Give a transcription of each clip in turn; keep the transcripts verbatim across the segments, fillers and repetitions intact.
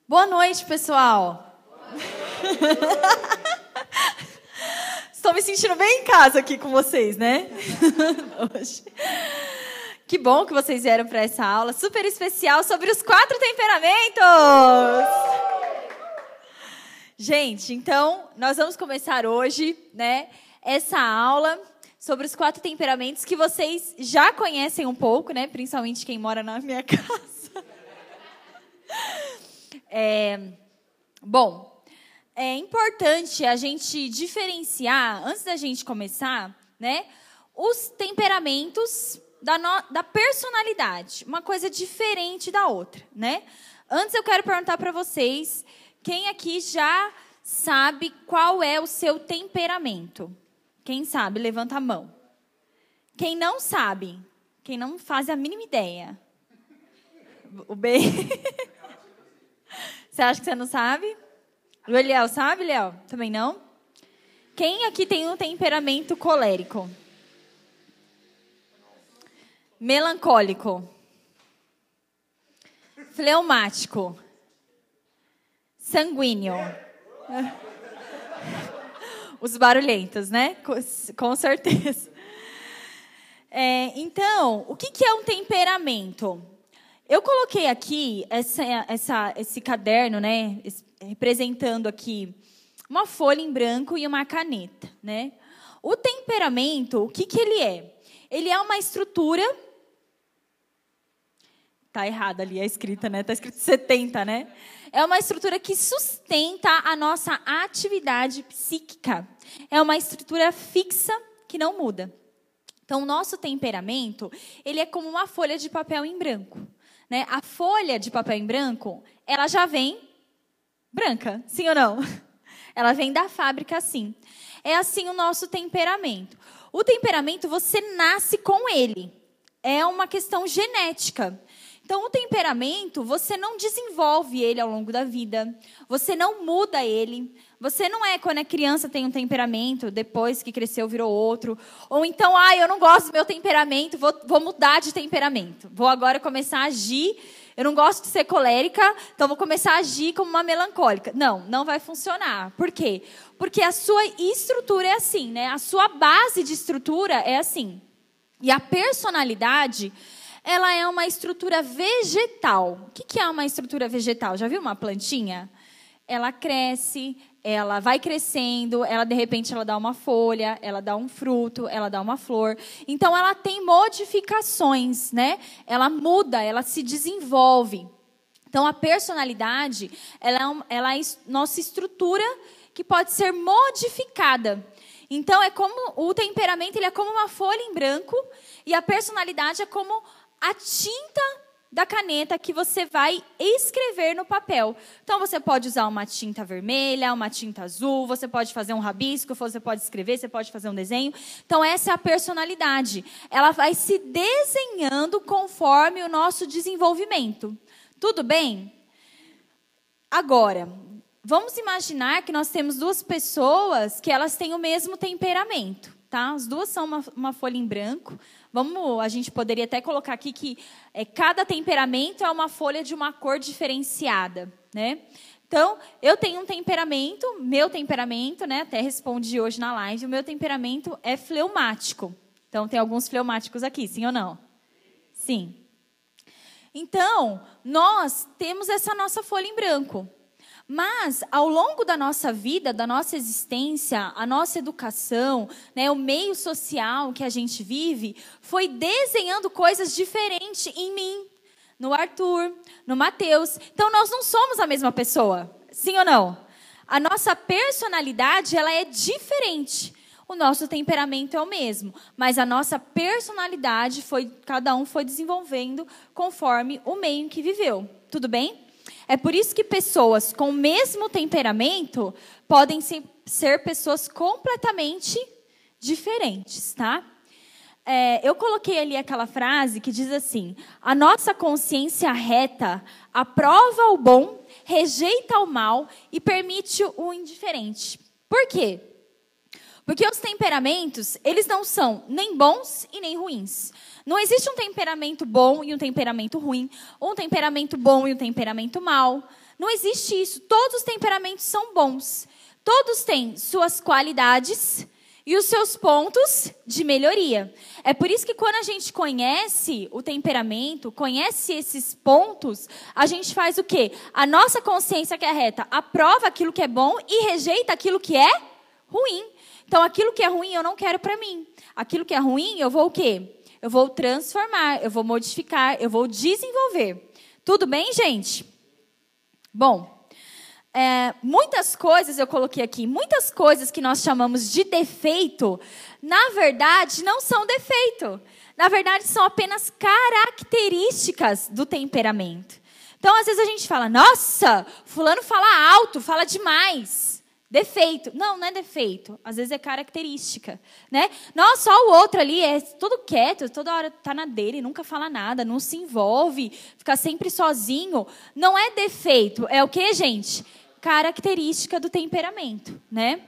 Boa noite, pessoal. Boa noite. Estou me sentindo bem em casa aqui com vocês, né? Hoje. Que bom que vocês vieram para essa aula super especial sobre os quatro temperamentos. Gente, então, nós vamos começar hoje, né, essa aula sobre os quatro temperamentos que vocês já conhecem um pouco, né, principalmente quem mora na minha casa. É, bom, é importante a gente diferenciar, antes da gente começar, né, os temperamentos da, no, da personalidade, uma coisa diferente da outra, né? Antes eu quero perguntar para vocês, quem aqui já sabe qual é o seu temperamento? Quem sabe, levanta a mão. Quem não sabe? Quem não faz a mínima ideia? O B. Você acha que você não sabe? O Eliel sabe, Eliel? Também não? Quem aqui tem um temperamento colérico? Melancólico? Fleumático? Sanguíneo? Os barulhentos, né? Com, com certeza. É, então, o que, que é um temperamento? Eu coloquei aqui essa, essa, esse caderno, né, representando aqui uma folha em branco e uma caneta, né? O temperamento, o que, que ele é? Ele é uma estrutura... Tá errado ali a escrita, né? Tá escrito setenta, né? É uma estrutura que sustenta a nossa atividade psíquica. É uma estrutura fixa que não muda. Então, o nosso temperamento, ele é como uma folha de papel em branco. Né? A folha de papel em branco, ela já vem branca, sim ou não? Ela vem da fábrica assim. É assim o nosso temperamento. O temperamento, você nasce com ele. É uma questão genética. Então, o temperamento, você não desenvolve ele ao longo da vida. Você não muda ele. Você não é, quando é criança, tem um temperamento, depois que cresceu, virou outro. Ou então, ah, eu não gosto do meu temperamento, vou, vou mudar de temperamento. Vou agora começar a agir. Eu não gosto de ser colérica, então vou começar a agir como uma melancólica. Não, não vai funcionar. Por quê? Porque a sua estrutura é assim, né? A sua base de estrutura é assim. E a personalidade... ela é uma estrutura vegetal. O que é uma estrutura vegetal? Já viu uma plantinha? Ela cresce, ela vai crescendo, ela de repente ela dá uma folha, ela dá um fruto, ela dá uma flor. Então ela tem modificações, né? Ela muda, ela se desenvolve. Então a personalidade, ela é, um, ela é nossa estrutura que pode ser modificada. Então é como o temperamento, ele é como uma folha em branco e a personalidade é como a tinta da caneta que você vai escrever no papel. Então, você pode usar uma tinta vermelha, uma tinta azul, você pode fazer um rabisco, você pode escrever, você pode fazer um desenho. Então, essa é a personalidade. Ela vai se desenhando conforme o nosso desenvolvimento. Tudo bem? Agora, vamos imaginar que nós temos duas pessoas que elas têm o mesmo temperamento. Tá? As duas são uma, uma folha em branco. Vamos, a gente poderia até colocar aqui que é, cada temperamento é uma folha de uma cor diferenciada, né? Então, eu tenho um temperamento, meu temperamento, né? Até respondi hoje na live, o meu temperamento é fleumático. Então, tem alguns fleumáticos aqui, sim ou não? Sim. Então, nós temos essa nossa folha em branco. Mas, ao longo da nossa vida, da nossa existência, a nossa educação, né, o meio social que a gente vive, foi desenhando coisas diferentes em mim, no Arthur, no Mateus. Então, nós não somos a mesma pessoa, sim ou não? A nossa personalidade, ela é diferente. O nosso temperamento é o mesmo, mas a nossa personalidade, foi, cada um foi desenvolvendo conforme o meio em que viveu. Tudo bem? É por isso que pessoas com o mesmo temperamento podem ser pessoas completamente diferentes, tá? É, eu coloquei ali aquela frase que diz assim: a nossa consciência reta aprova o bom, rejeita o mal e permite o indiferente. Por quê? Porque os temperamentos, eles não são nem bons e nem ruins. Não existe um temperamento bom e um temperamento ruim, um temperamento bom e um temperamento mau. Não existe isso. Todos os temperamentos são bons. Todos têm suas qualidades e os seus pontos de melhoria. É por isso que quando a gente conhece o temperamento, conhece esses pontos, a gente faz o quê? A nossa consciência que é reta aprova aquilo que é bom e rejeita aquilo que é ruim. Então, aquilo que é ruim eu não quero para mim. Aquilo que é ruim eu vou o quê? Eu vou transformar, eu vou modificar, eu vou desenvolver. Tudo bem, gente? Bom... É, muitas coisas eu coloquei aqui, muitas coisas que nós chamamos de defeito, na verdade não são defeito. Na verdade são apenas características do temperamento. Então às vezes a gente fala, nossa, fulano fala alto, fala demais. Defeito. Não, não é defeito. Às vezes é característica, né? Nossa, só o outro ali é todo quieto, toda hora tá na dele, nunca fala nada, não se envolve, fica sempre sozinho. Não é defeito. É o quê, gente? Característica do temperamento, né?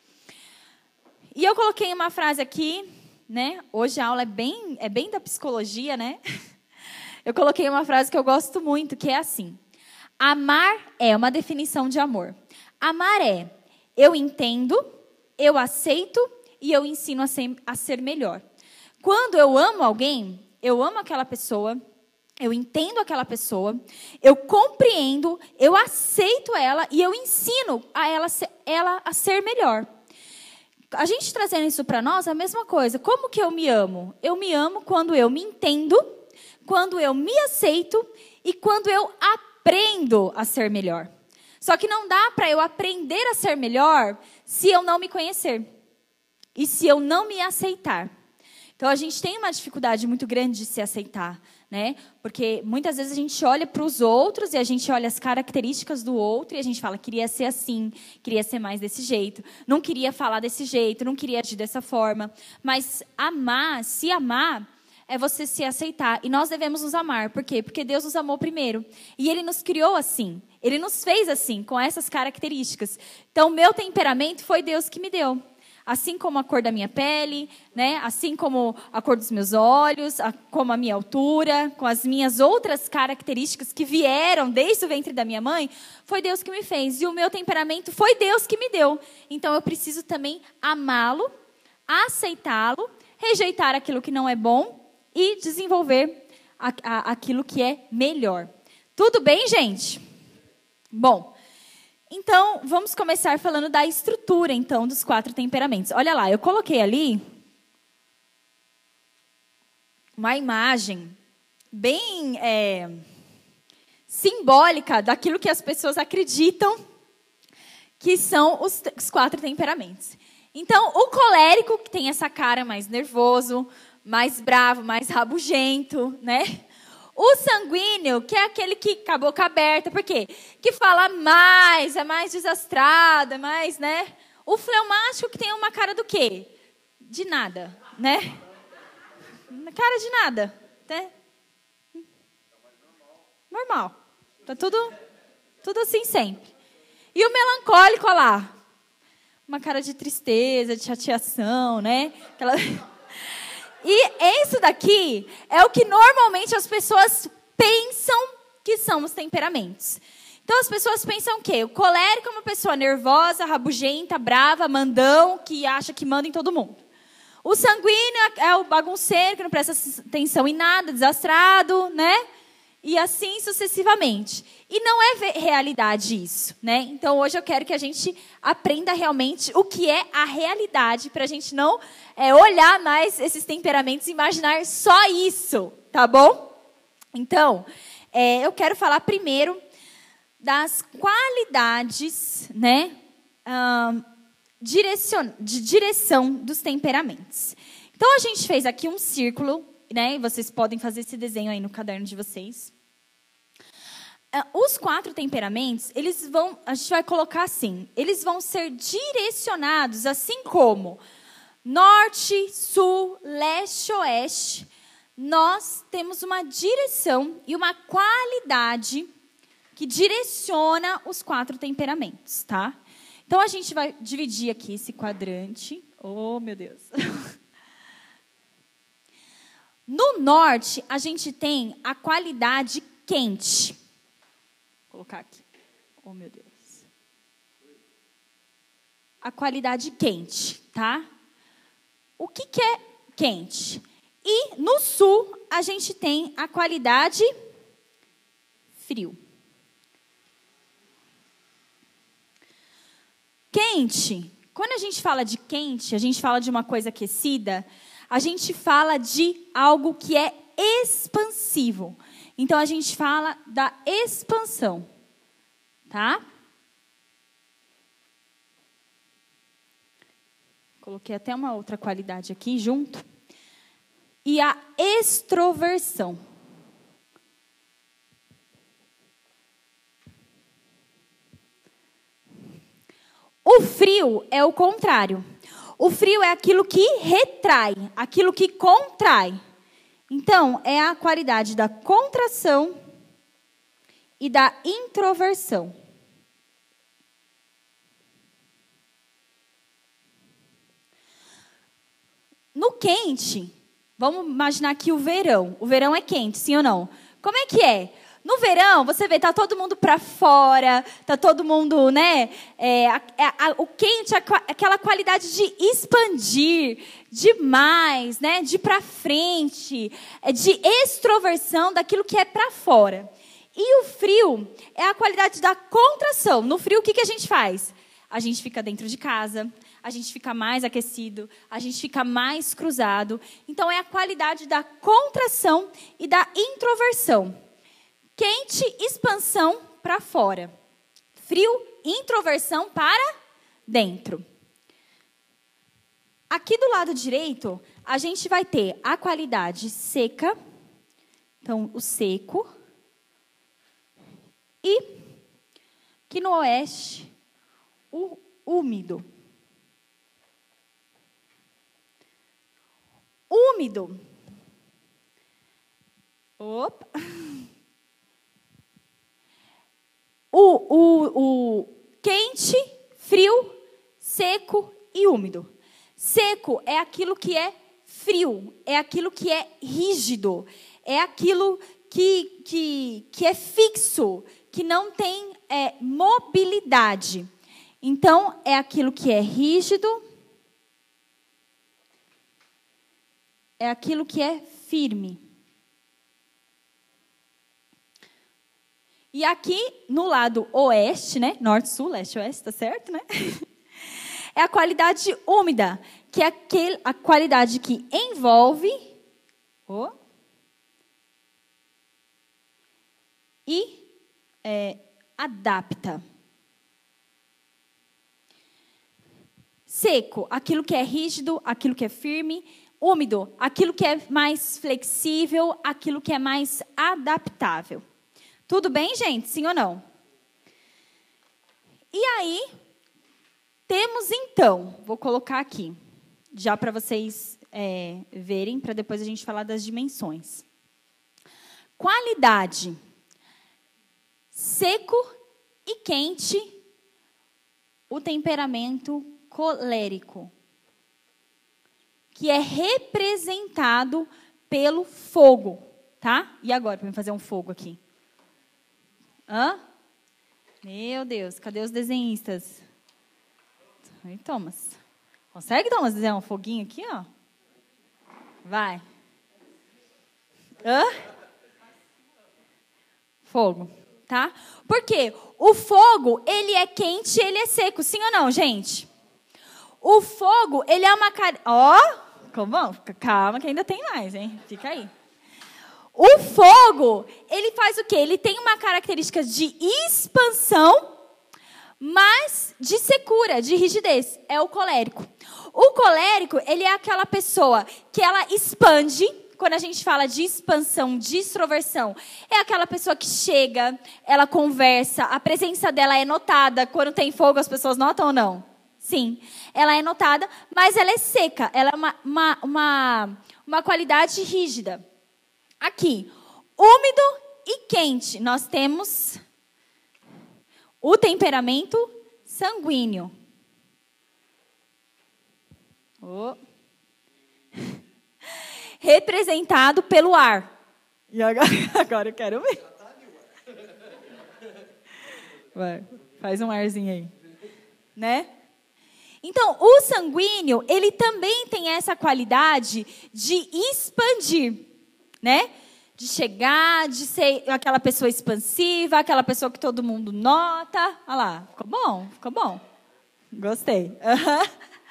E eu coloquei uma frase aqui, né? Hoje a aula é bem, é bem da psicologia, né? Eu coloquei uma frase que eu gosto muito, que é assim: amar é uma definição de amor. Amar é eu entendo, eu aceito e eu ensino a ser, a ser melhor. Quando eu amo alguém, eu amo aquela pessoa, eu entendo aquela pessoa, eu compreendo, eu aceito ela e eu ensino a ela, ela a ser melhor. A gente trazendo isso para nós é a mesma coisa. Como que eu me amo? Eu me amo quando eu me entendo, quando eu me aceito e quando eu aprendo a ser melhor. Só que não dá para eu aprender a ser melhor se eu não me conhecer e se eu não me aceitar. Então, a gente tem uma dificuldade muito grande de se aceitar, né? Porque muitas vezes a gente olha para os outros e a gente olha as características do outro e a gente fala, queria ser assim, queria ser mais desse jeito, não queria falar desse jeito, não queria agir dessa forma. Mas amar, se amar, é você se aceitar. E nós devemos nos amar. Por quê? Porque Deus nos amou primeiro. E Ele nos criou assim. Ele nos fez assim, com essas características. Então, o meu temperamento foi Deus que me deu. Assim como a cor da minha pele, né? Assim como a cor dos meus olhos, a, como a minha altura, com as minhas outras características que vieram desde o ventre da minha mãe, foi Deus que me fez. E o meu temperamento foi Deus que me deu. Então, eu preciso também amá-lo, aceitá-lo, rejeitar aquilo que não é bom e desenvolver a, a, aquilo que é melhor. Tudo bem, gente? Bom, então, vamos começar falando da estrutura, então, dos quatro temperamentos. Olha lá, eu coloquei ali uma imagem bem é, simbólica daquilo que as pessoas acreditam que são os, os quatro temperamentos. Então, o colérico, que tem essa cara mais nervoso, mais bravo, mais rabugento, né? O sanguíneo, que é aquele que com a boca aberta, por quê? Que fala mais, é mais desastrado, é mais, né? O fleumático, que tem uma cara do quê? De nada, né? Cara de nada, né? Normal. Tá tudo, tudo assim sempre. E o melancólico, olha lá. Uma cara de tristeza, de chateação, né? Aquela... E isso daqui é o que normalmente as pessoas pensam que são os temperamentos. Então, as pessoas pensam o quê? O colérico é uma pessoa nervosa, rabugenta, brava, mandão, que acha que manda em todo mundo. O sanguíneo é o bagunceiro, que não presta atenção em nada, desastrado, né? E assim sucessivamente. E não é realidade isso, né? Então, hoje eu quero que a gente aprenda realmente o que é a realidade, para a gente não é, olhar mais esses temperamentos e imaginar só isso, tá bom? Então, é, eu quero falar primeiro das qualidades, né, hum, direcion, de direção dos temperamentos. Então, a gente fez aqui um círculo, né? E vocês podem fazer esse desenho aí no caderno de vocês. Os quatro temperamentos, eles vão, a gente vai colocar assim, eles vão ser direcionados assim como norte, sul, leste, oeste. Nós temos uma direção e uma qualidade que direciona os quatro temperamentos, tá? Então, a gente vai dividir aqui esse quadrante. Oh, meu Deus. No norte, a gente tem a qualidade quente. Vou colocar aqui. Oh, meu Deus. A qualidade quente, tá? O que, que é quente? E no sul, a gente tem a qualidade frio. Quente. Quando a gente fala de quente, a gente fala de uma coisa aquecida, a gente fala de algo que é expansivo. Então, a gente fala da expansão, tá? Coloquei até uma outra qualidade aqui junto. E a extroversão. O frio é o contrário. O frio é aquilo que retrai, aquilo que contrai. Então, é a qualidade da contração e da introversão. No quente, vamos imaginar aqui o verão. O verão é quente, sim ou não? Como é que é? No verão, você vê, tá todo mundo para fora, tá todo mundo, né? É, a, a, o quente é aquela qualidade de expandir demais, né? De ir para frente, de extroversão daquilo que é para fora. E o frio é a qualidade da contração. No frio, o que, que a gente faz? A gente fica dentro de casa, a gente fica mais aquecido, a gente fica mais cruzado. Então, é a qualidade da contração e da introversão. Quente, expansão para fora. Frio, introversão para dentro. Aqui do lado direito, a gente vai ter a qualidade seca. Então, o seco. E, aqui no oeste, o úmido. Úmido. Opa. O, o, o quente, frio, seco e úmido. Seco é aquilo que é frio, é aquilo que é rígido, é aquilo que, que, que é fixo, que não tem é, mobilidade. Então, é aquilo que é rígido, é aquilo que é firme. E aqui, no lado oeste, né? Norte, sul, leste, oeste, tá certo, né? É a qualidade úmida, que é aquele, a qualidade que envolve oh, e é, adapta. Seco, aquilo que é rígido, aquilo que é firme. Úmido, aquilo que é mais flexível, aquilo que é mais adaptável. Tudo bem, gente? Sim ou não? E aí, temos então, vou colocar aqui, já para vocês é, verem, para depois a gente falar das dimensões. Qualidade. Seco e quente, o temperamento colérico, que é representado pelo fogo, tá? E agora, para eu fazer um fogo aqui? Hã? Meu Deus, cadê os desenhistas? Aí, Thomas. Consegue, Thomas, desenhar um foguinho aqui, ó? Vai. Hã? Fogo, tá? Por quê? O fogo, ele é quente, ele é seco, sim ou não, gente? O fogo, ele é uma... Ó, oh, como? Calma que ainda tem mais, hein? Fica aí. O fogo, ele faz o quê? Ele tem uma característica de expansão, mas de secura, de rigidez. É o colérico. O colérico, ele é aquela pessoa que ela expande. Quando a gente fala de expansão, de extroversão, é aquela pessoa que chega, ela conversa, a presença dela é notada. Quando tem fogo, as pessoas notam ou não? Sim, ela é notada, mas ela é seca. Ela é uma, uma, uma, uma qualidade rígida. Aqui, úmido e quente. Nós temos o temperamento sanguíneo. Oh. representado pelo ar. E agora, agora eu quero ver. Vai, faz um arzinho aí. Né? Então, o sanguíneo, ele também tem essa qualidade de expandir, né? De chegar, de ser aquela pessoa expansiva, aquela pessoa que todo mundo nota. Olha lá, ficou bom? Ficou bom? Gostei. Uhum.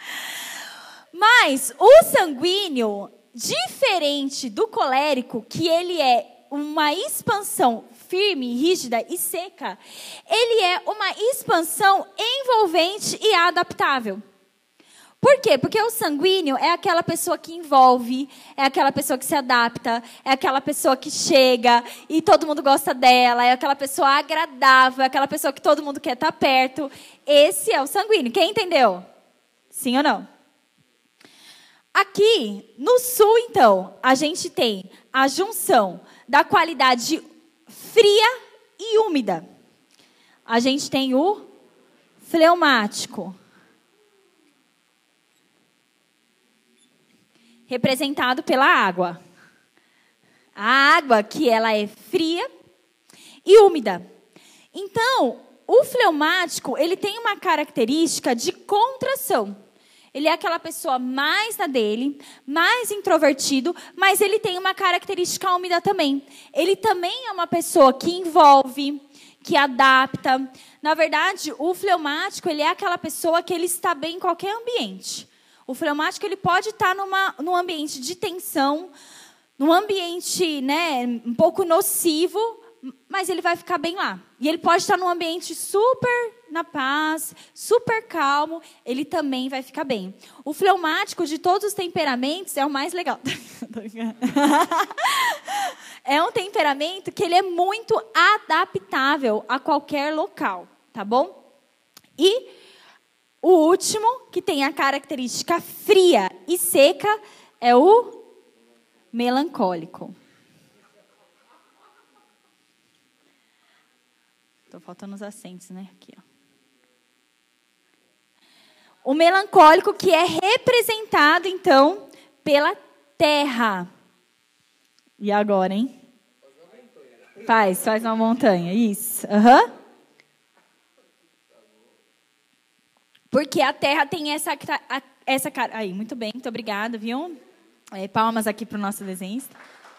Mas o sanguíneo, diferente do colérico, que ele é uma expansão firme, rígida e seca, ele é uma expansão envolvente e adaptável. Por quê? Porque o sanguíneo é aquela pessoa que envolve, é aquela pessoa que se adapta, é aquela pessoa que chega e todo mundo gosta dela, é aquela pessoa agradável, é aquela pessoa que todo mundo quer estar perto. Esse é o sanguíneo. Quem entendeu? Sim ou não? Aqui, no sul, então, a gente tem a junção da qualidade fria e úmida. A gente tem o fleumático, representado pela água. A água que ela é fria e úmida. Então, o fleumático, ele tem uma característica de contração. Ele é aquela pessoa mais na dele, mais introvertido, mas ele tem uma característica úmida também. Ele também é uma pessoa que envolve, que adapta. Na verdade, o fleumático, ele é aquela pessoa que ele está bem em qualquer ambiente. O fleumático, ele pode estar numa, num ambiente de tensão, num ambiente, né, um pouco nocivo, mas ele vai ficar bem lá. E ele pode estar num ambiente super na paz, super calmo, ele também vai ficar bem. O fleumático, de todos os temperamentos, é o mais legal. É um temperamento que ele é muito adaptável a qualquer local, tá bom? E o último, que tem a característica fria e seca, é o melancólico. Estou faltando os acentos, né? Aqui, ó. O melancólico, que é representado, então, pela terra. E agora, hein? Faz, faz uma montanha, isso. Uhum. Porque a terra tem essa... essa aí, muito bem, muito obrigada, viu? É, palmas aqui para o nosso desenhista.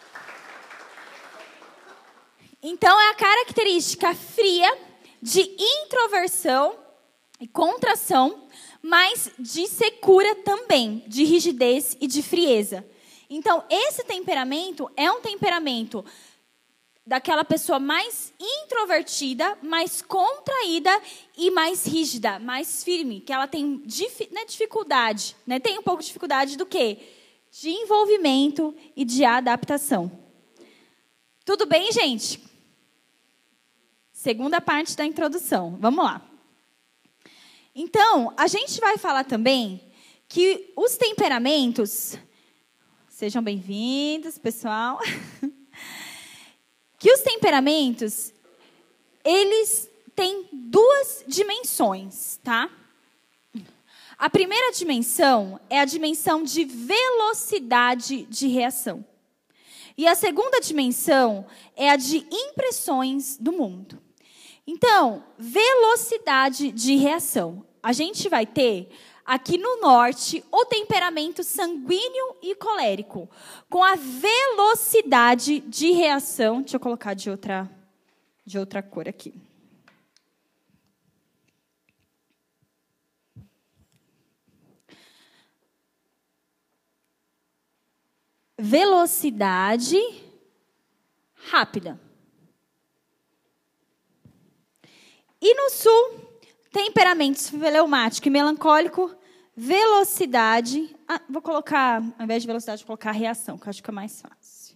Então, é a característica fria de introversão e contração, mas de secura também, de rigidez e de frieza. Então, esse temperamento é um temperamento daquela pessoa mais introvertida, mais contraída e mais rígida, mais firme, que ela tem dif- né, dificuldade, né? Tem um pouco de dificuldade do quê? De envolvimento e de adaptação. Tudo bem, gente? Segunda parte da introdução. Vamos lá. Então, a gente vai falar também que os temperamentos... Sejam bem-vindos, pessoal. Que os temperamentos, eles têm duas dimensões, tá? A primeira dimensão é a dimensão de velocidade de reação. E a segunda dimensão é a de impressões do mundo. Então, velocidade de reação. A gente vai ter, aqui no norte, o temperamento sanguíneo e colérico, com a velocidade de reação. Deixa eu colocar de outra, de outra cor aqui. Velocidade rápida. E no sul, temperamentos fleumático e melancólico, velocidade... Ah, vou colocar, ao invés de velocidade, vou colocar reação, que eu acho que é mais fácil.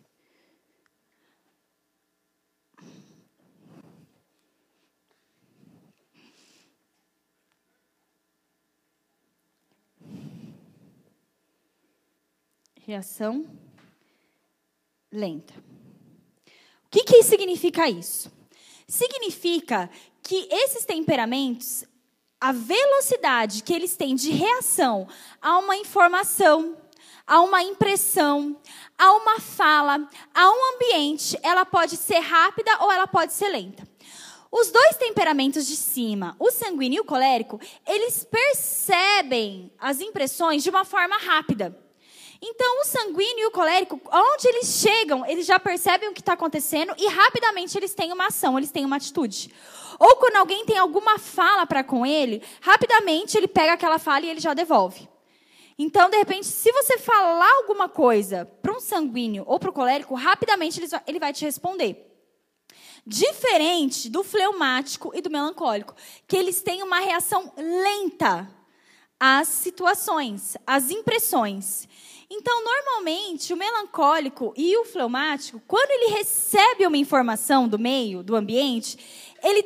Reação lenta. O que, que significa isso? Significa que esses temperamentos, a velocidade que eles têm de reação a uma informação, a uma impressão, a uma fala, a um ambiente, ela pode ser rápida ou ela pode ser lenta. Os dois temperamentos de cima, o sanguíneo e o colérico, eles percebem as impressões de uma forma rápida. Então, o sanguíneo e o colérico, onde eles chegam, eles já percebem o que está acontecendo e rapidamente eles têm uma ação, eles têm uma atitude. Ou quando alguém tem alguma fala para com ele, rapidamente ele pega aquela fala e ele já devolve. Então, de repente, se você falar alguma coisa para um sanguíneo ou para o colérico, rapidamente ele vai te responder. Diferente do fleumático e do melancólico, que eles têm uma reação lenta às situações, às impressões. Então, normalmente, o melancólico e o fleumático, quando ele recebe uma informação do meio, do ambiente, ele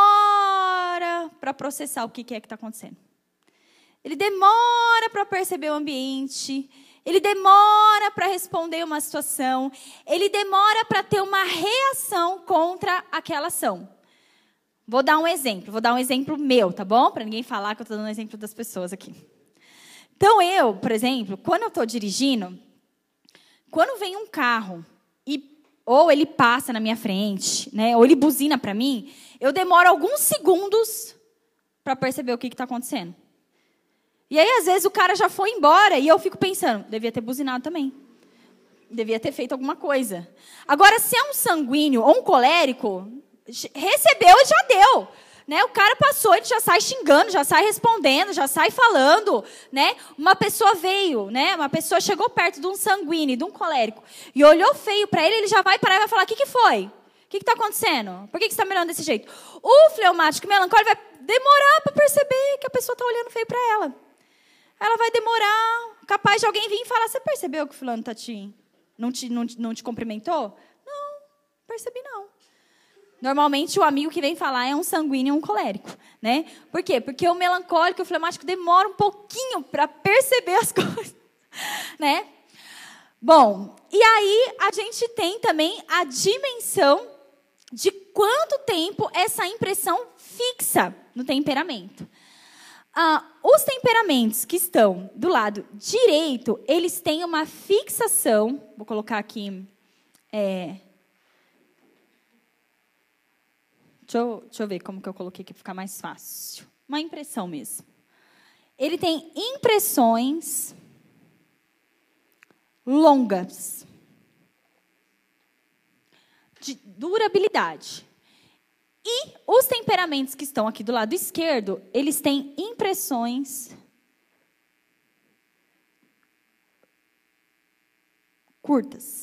demora para processar o que é que está acontecendo. Ele demora para perceber o ambiente, ele demora para responder uma situação, ele demora para ter uma reação contra aquela ação. Vou dar um exemplo, vou dar um exemplo meu, tá bom? Para ninguém falar que eu estou dando um exemplo das pessoas aqui. Então, eu, por exemplo, quando eu estou dirigindo, quando vem um carro, e, ou ele passa na minha frente, né, ou ele buzina para mim, eu demoro alguns segundos para perceber o que está acontecendo. E aí, às vezes, o cara já foi embora e eu fico pensando, devia ter buzinado também. Devia ter feito alguma coisa. Agora, se é um sanguíneo ou um colérico, recebeu e já deu. Né? O cara passou, ele já sai xingando, já sai respondendo, já sai falando. Né? Uma pessoa veio, né? Uma pessoa chegou perto de um sanguíneo, de um colérico, e olhou feio para ele, ele já vai parar e vai falar, o que, que foi? O que está acontecendo? Por que, que você está me olhando desse jeito? O fleumático e melancólico vai demorar para perceber que a pessoa está olhando feio para ela. Ela vai demorar, capaz de alguém vir e falar, você percebeu que o fulano tá te, não, te, não, te, não te cumprimentou? Não, percebi não. Normalmente o amigo que vem falar é um sanguíneo e um colérico. Né? Por quê? Porque o melancólico e o fleumático demoram um pouquinho para perceber as coisas. Né? Bom, e aí a gente tem também a dimensão de quanto tempo essa impressão fixa no temperamento. Ah, os temperamentos que estão do lado direito, eles têm uma fixação, vou colocar aqui, é, deixa, eu, deixa eu ver como que eu coloquei aqui para ficar mais fácil. Uma impressão mesmo. Ele tem impressões longas, de durabilidade. E os temperamentos que estão aqui do lado esquerdo, eles têm impressões curtas.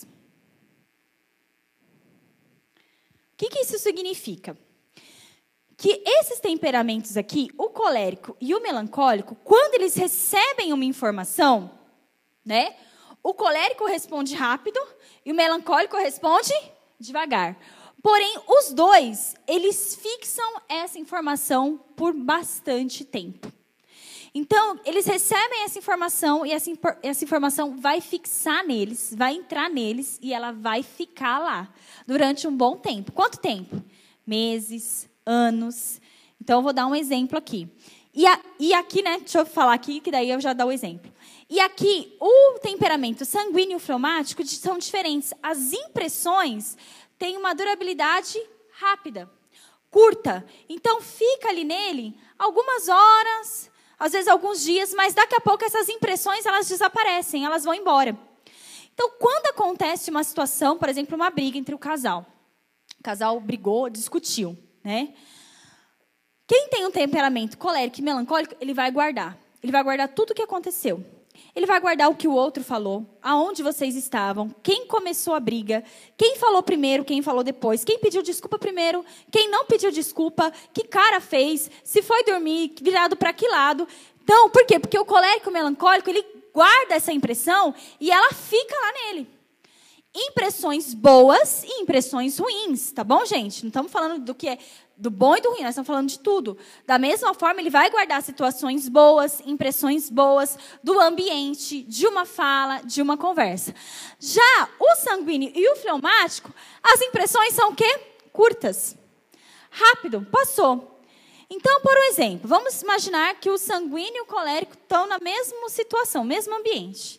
O que, que isso significa? Que esses temperamentos aqui, o colérico e o melancólico, quando eles recebem uma informação, né, o colérico responde rápido e o melancólico responde devagar. Porém, os dois, eles fixam essa informação por bastante tempo. Então, eles recebem essa informação e essa, essa informação vai fixar neles, vai entrar neles e ela vai ficar lá durante um bom tempo. Quanto tempo? Meses, anos. Então, eu vou dar um exemplo aqui. E, a, e aqui, né, deixa eu falar aqui, que daí eu já dou o exemplo. E aqui, o temperamento sanguíneo e o fleumático são diferentes. As impressões tem uma durabilidade rápida, curta. Então, fica ali nele algumas horas, às vezes alguns dias, mas daqui a pouco essas impressões elas desaparecem, elas vão embora. Então, quando acontece uma situação, por exemplo, uma briga entre o casal. O casal brigou, discutiu. Né? Quem tem um temperamento colérico e melancólico, ele vai guardar. Ele vai guardar tudo o que aconteceu. Ele vai guardar o que o outro falou, aonde vocês estavam, quem começou a briga, quem falou primeiro, quem falou depois, quem pediu desculpa primeiro, quem não pediu desculpa, que cara fez, se foi dormir, virado para que lado. Então, por quê? Porque o colérico e o melancólico, ele guarda essa impressão e ela fica lá nele. Impressões boas e impressões ruins, tá bom, gente? Não estamos falando do que é do bom e do ruim, nós estamos falando de tudo. Da mesma forma, ele vai guardar situações boas, impressões boas do ambiente, de uma fala, de uma conversa. Já o sanguíneo e o fleumático, as impressões são o quê? Curtas. Rápido, passou. Então, por exemplo, vamos imaginar que o sanguíneo e o colérico estão na mesma situação, mesmo ambiente.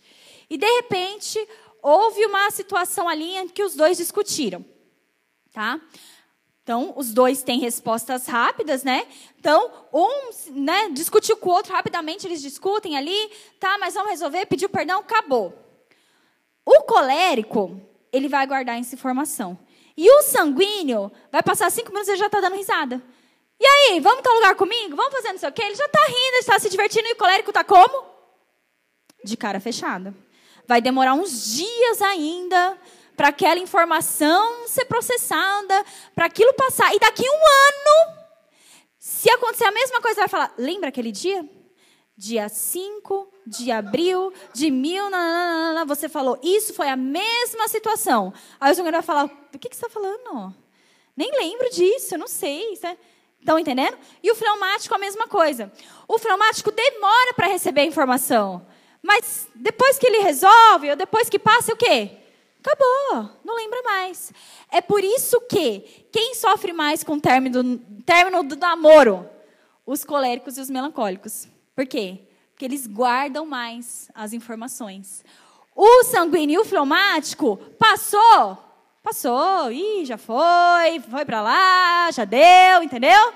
E, de repente, houve uma situação ali em que os dois discutiram. Tá? Então, os dois têm respostas rápidas, né? Então, um, né, discutiu com o outro rapidamente, eles discutem ali, tá, mas vamos resolver, pediu perdão, acabou. O colérico, ele vai guardar essa informação. E o sanguíneo vai passar cinco minutos e ele já está dando risada. E aí, vamos tal lugar comigo? Vamos fazer não sei o quê? Ele já está rindo, ele está se divertindo. E o colérico está como? De cara fechada. Vai demorar uns dias ainda para aquela informação ser processada, para aquilo passar. E daqui a um ano, se acontecer a mesma coisa, vai falar, lembra aquele dia? Dia cinco de abril de mil, nananana, você falou, isso foi a mesma situação. Aí o sanguíneo vai falar, do que, que você está falando? Nem lembro disso, eu não sei. Estão entendendo? E o fleumático, a mesma coisa. O fleumático demora para receber a informação. Mas depois que ele resolve, ou depois que passa, o quê? Acabou, não lembra mais. É por isso que quem sofre mais com o término, término do namoro? Os coléricos e os melancólicos. Por quê? Porque eles guardam mais as informações. O sanguíneo e o fleumático passou, passou, ih, já foi, foi para lá, já deu, entendeu?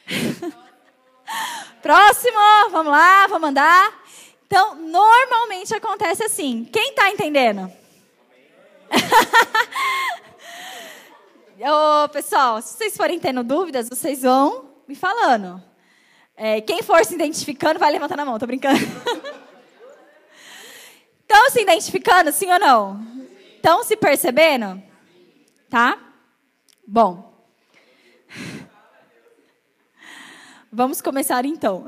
Próximo, vamos lá, vamos andar. Então, normalmente acontece assim. Quem está entendendo? Ô, pessoal, se vocês forem tendo dúvidas, vocês vão me falando. É, quem for se identificando, vai levantando a mão, tô brincando. Estão se identificando, sim ou não? Estão se percebendo? Tá? Bom. Vamos começar então.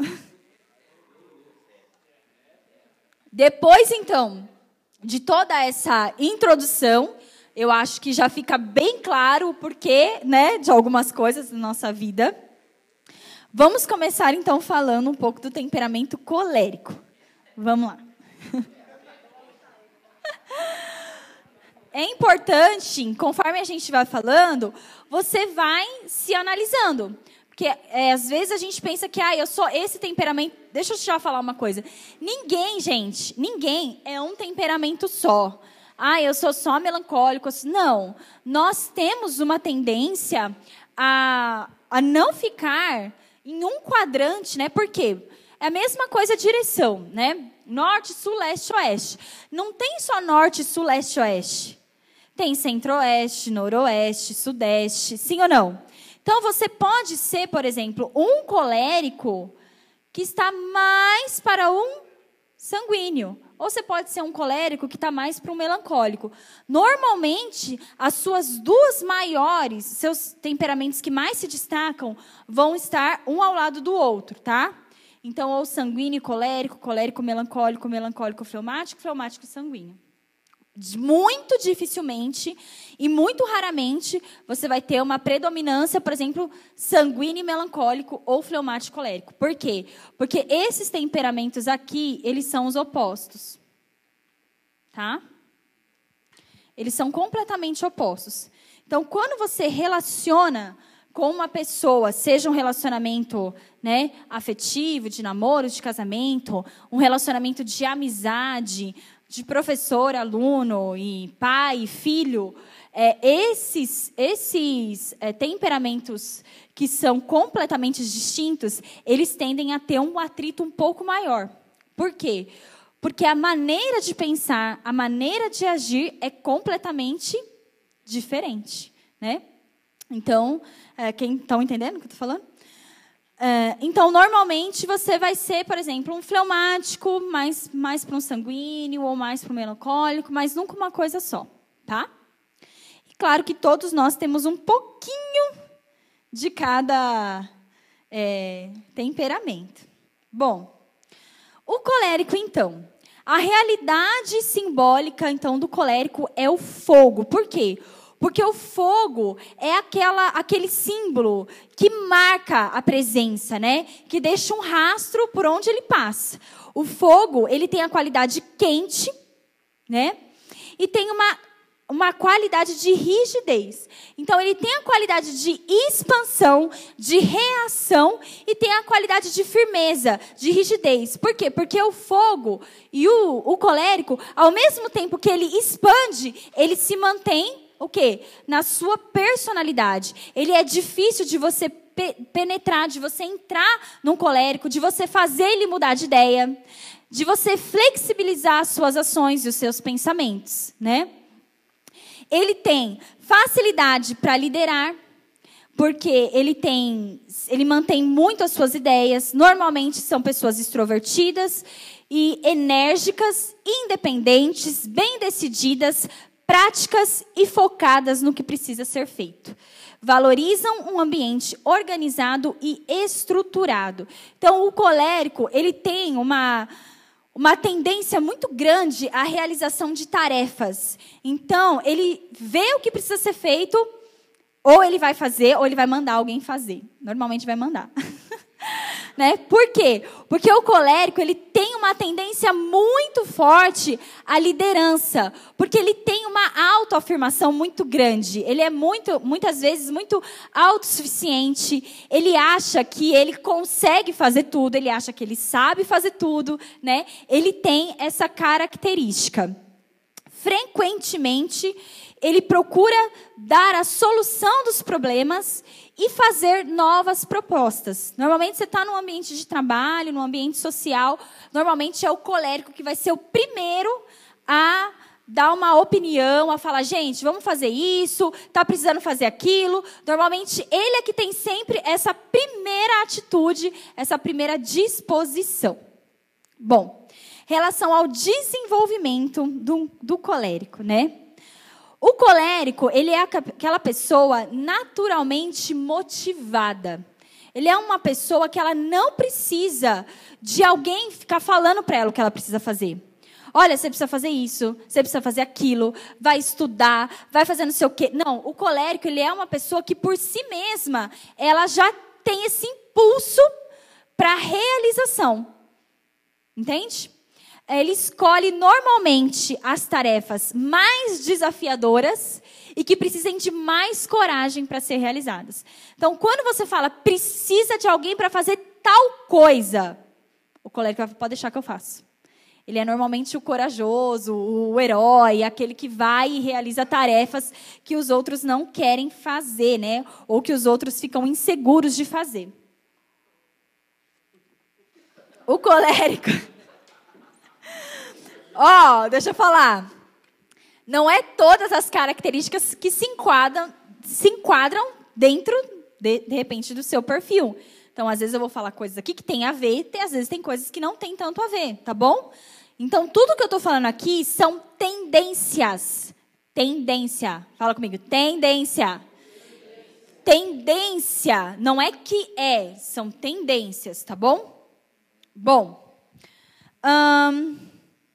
Depois, então, de toda essa introdução, eu acho que já fica bem claro o porquê, né, de algumas coisas da nossa vida. Vamos começar, então, falando um pouco do temperamento colérico. Vamos lá. É importante, conforme a gente vai falando, você vai se analisando. Porque, é, às vezes, a gente pensa que, ah, eu sou esse temperamento... Deixa eu já falar uma coisa. Ninguém, gente, ninguém é um temperamento só. Ah, eu sou só melancólico. Não. Nós temos uma tendência a, a não ficar em um quadrante, né? Por quê? É a mesma coisa a direção, né? Norte, sul, leste, oeste. Não tem só norte, sul, leste, oeste. Tem centro-oeste, noroeste, sudeste. Sim ou não? Então, você pode ser, por exemplo, um colérico que está mais para um sanguíneo. Ou você pode ser um colérico que está mais para um melancólico. Normalmente, as suas duas maiores, seus temperamentos que mais se destacam, vão estar um ao lado do outro, tá? Então, ou sanguíneo e colérico, colérico melancólico, melancólico fleumático, fleumático e sanguíneo. Muito dificilmente e muito raramente você vai ter uma predominância, por exemplo, sanguíneo e melancólico ou fleumático colérico. Por quê? Porque esses temperamentos aqui, eles são os opostos. Tá? Eles são completamente opostos. Então, quando você relaciona com uma pessoa, seja um relacionamento, né, afetivo, de namoro, de casamento, um relacionamento de amizade, de professor, aluno, e pai, e filho, é, esses, esses é, temperamentos que são completamente distintos, eles tendem a ter um atrito um pouco maior. Por quê? Porque a maneira de pensar, a maneira de agir é completamente diferente, né? Então, é, quem estão entendendo o que eu estou falando? É, então, normalmente, você vai ser, por exemplo, um fleumático, mais, mais para um sanguíneo ou mais para um melancólico, mas nunca uma coisa só, tá? E claro que todos nós temos um pouquinho de cada é, temperamento. Bom, o colérico, então. A realidade simbólica, então, do colérico é o fogo. Por quê? Porque o fogo é aquela, aquele símbolo que marca a presença, né? Que deixa um rastro por onde ele passa. O fogo, ele tem a qualidade quente, né? E tem uma uma qualidade de rigidez. Então, ele tem a qualidade de expansão, de reação, e tem a qualidade de firmeza, de rigidez. Por quê? Porque o fogo e o, o colérico, ao mesmo tempo que ele expande, ele se mantém, o quê? Na sua personalidade. Ele é difícil de você pe- penetrar, de você entrar num colérico, de você fazer ele mudar de ideia, de você flexibilizar as suas ações e os seus pensamentos, né? Ele tem facilidade para liderar, porque ele tem, ele mantém muito as suas ideias. Normalmente são pessoas extrovertidas e enérgicas, independentes, bem decididas, práticas e focadas no que precisa ser feito. Valorizam um ambiente organizado e estruturado. Então, o colérico, ele tem uma... uma tendência muito grande à realização de tarefas. Então, ele vê o que precisa ser feito, ou ele vai fazer, ou ele vai mandar alguém fazer. Normalmente vai mandar. Né? Por quê? Porque o colérico, ele tem uma tendência muito forte à liderança, porque ele tem uma autoafirmação muito grande. Ele é muito, muitas vezes muito autossuficiente. Ele acha que ele consegue fazer tudo, ele acha que ele sabe fazer tudo, né? Ele tem essa característica. Frequentemente, ele procura dar a solução dos problemas e fazer novas propostas. Normalmente, você está num ambiente de trabalho, num ambiente social, normalmente é o colérico que vai ser o primeiro a dar uma opinião, a falar, gente, vamos fazer isso, está precisando fazer aquilo. Normalmente, ele é que tem sempre essa primeira atitude, essa primeira disposição. Bom, relação ao desenvolvimento do, do colérico, né? O colérico, ele é aquela pessoa naturalmente motivada. Ele é uma pessoa que ela não precisa de alguém ficar falando para ela o que ela precisa fazer. Olha, você precisa fazer isso, você precisa fazer aquilo, vai estudar, vai fazer não sei o quê. Não, o colérico, ele é uma pessoa que por si mesma, ela já tem esse impulso para a realização. Entende? Ele escolhe normalmente as tarefas mais desafiadoras e que precisem de mais coragem para ser realizadas. Então, quando você fala, precisa de alguém para fazer tal coisa, o colérico pode deixar que eu faço. Ele é normalmente o corajoso, o herói, aquele que vai e realiza tarefas que os outros não querem fazer, né? Ou que os outros ficam inseguros de fazer. O colérico... Ó, oh, deixa eu falar. Não é todas as características que se enquadram, se enquadram dentro, de, de repente, do seu perfil. Então, às vezes eu vou falar coisas aqui que tem a ver, e às vezes tem coisas que não tem tanto a ver, tá bom? Então, tudo que eu estou falando aqui são tendências. Tendência. Fala comigo. Tendência. Tendência. Não é que é, são tendências, tá bom? Bom. Hum...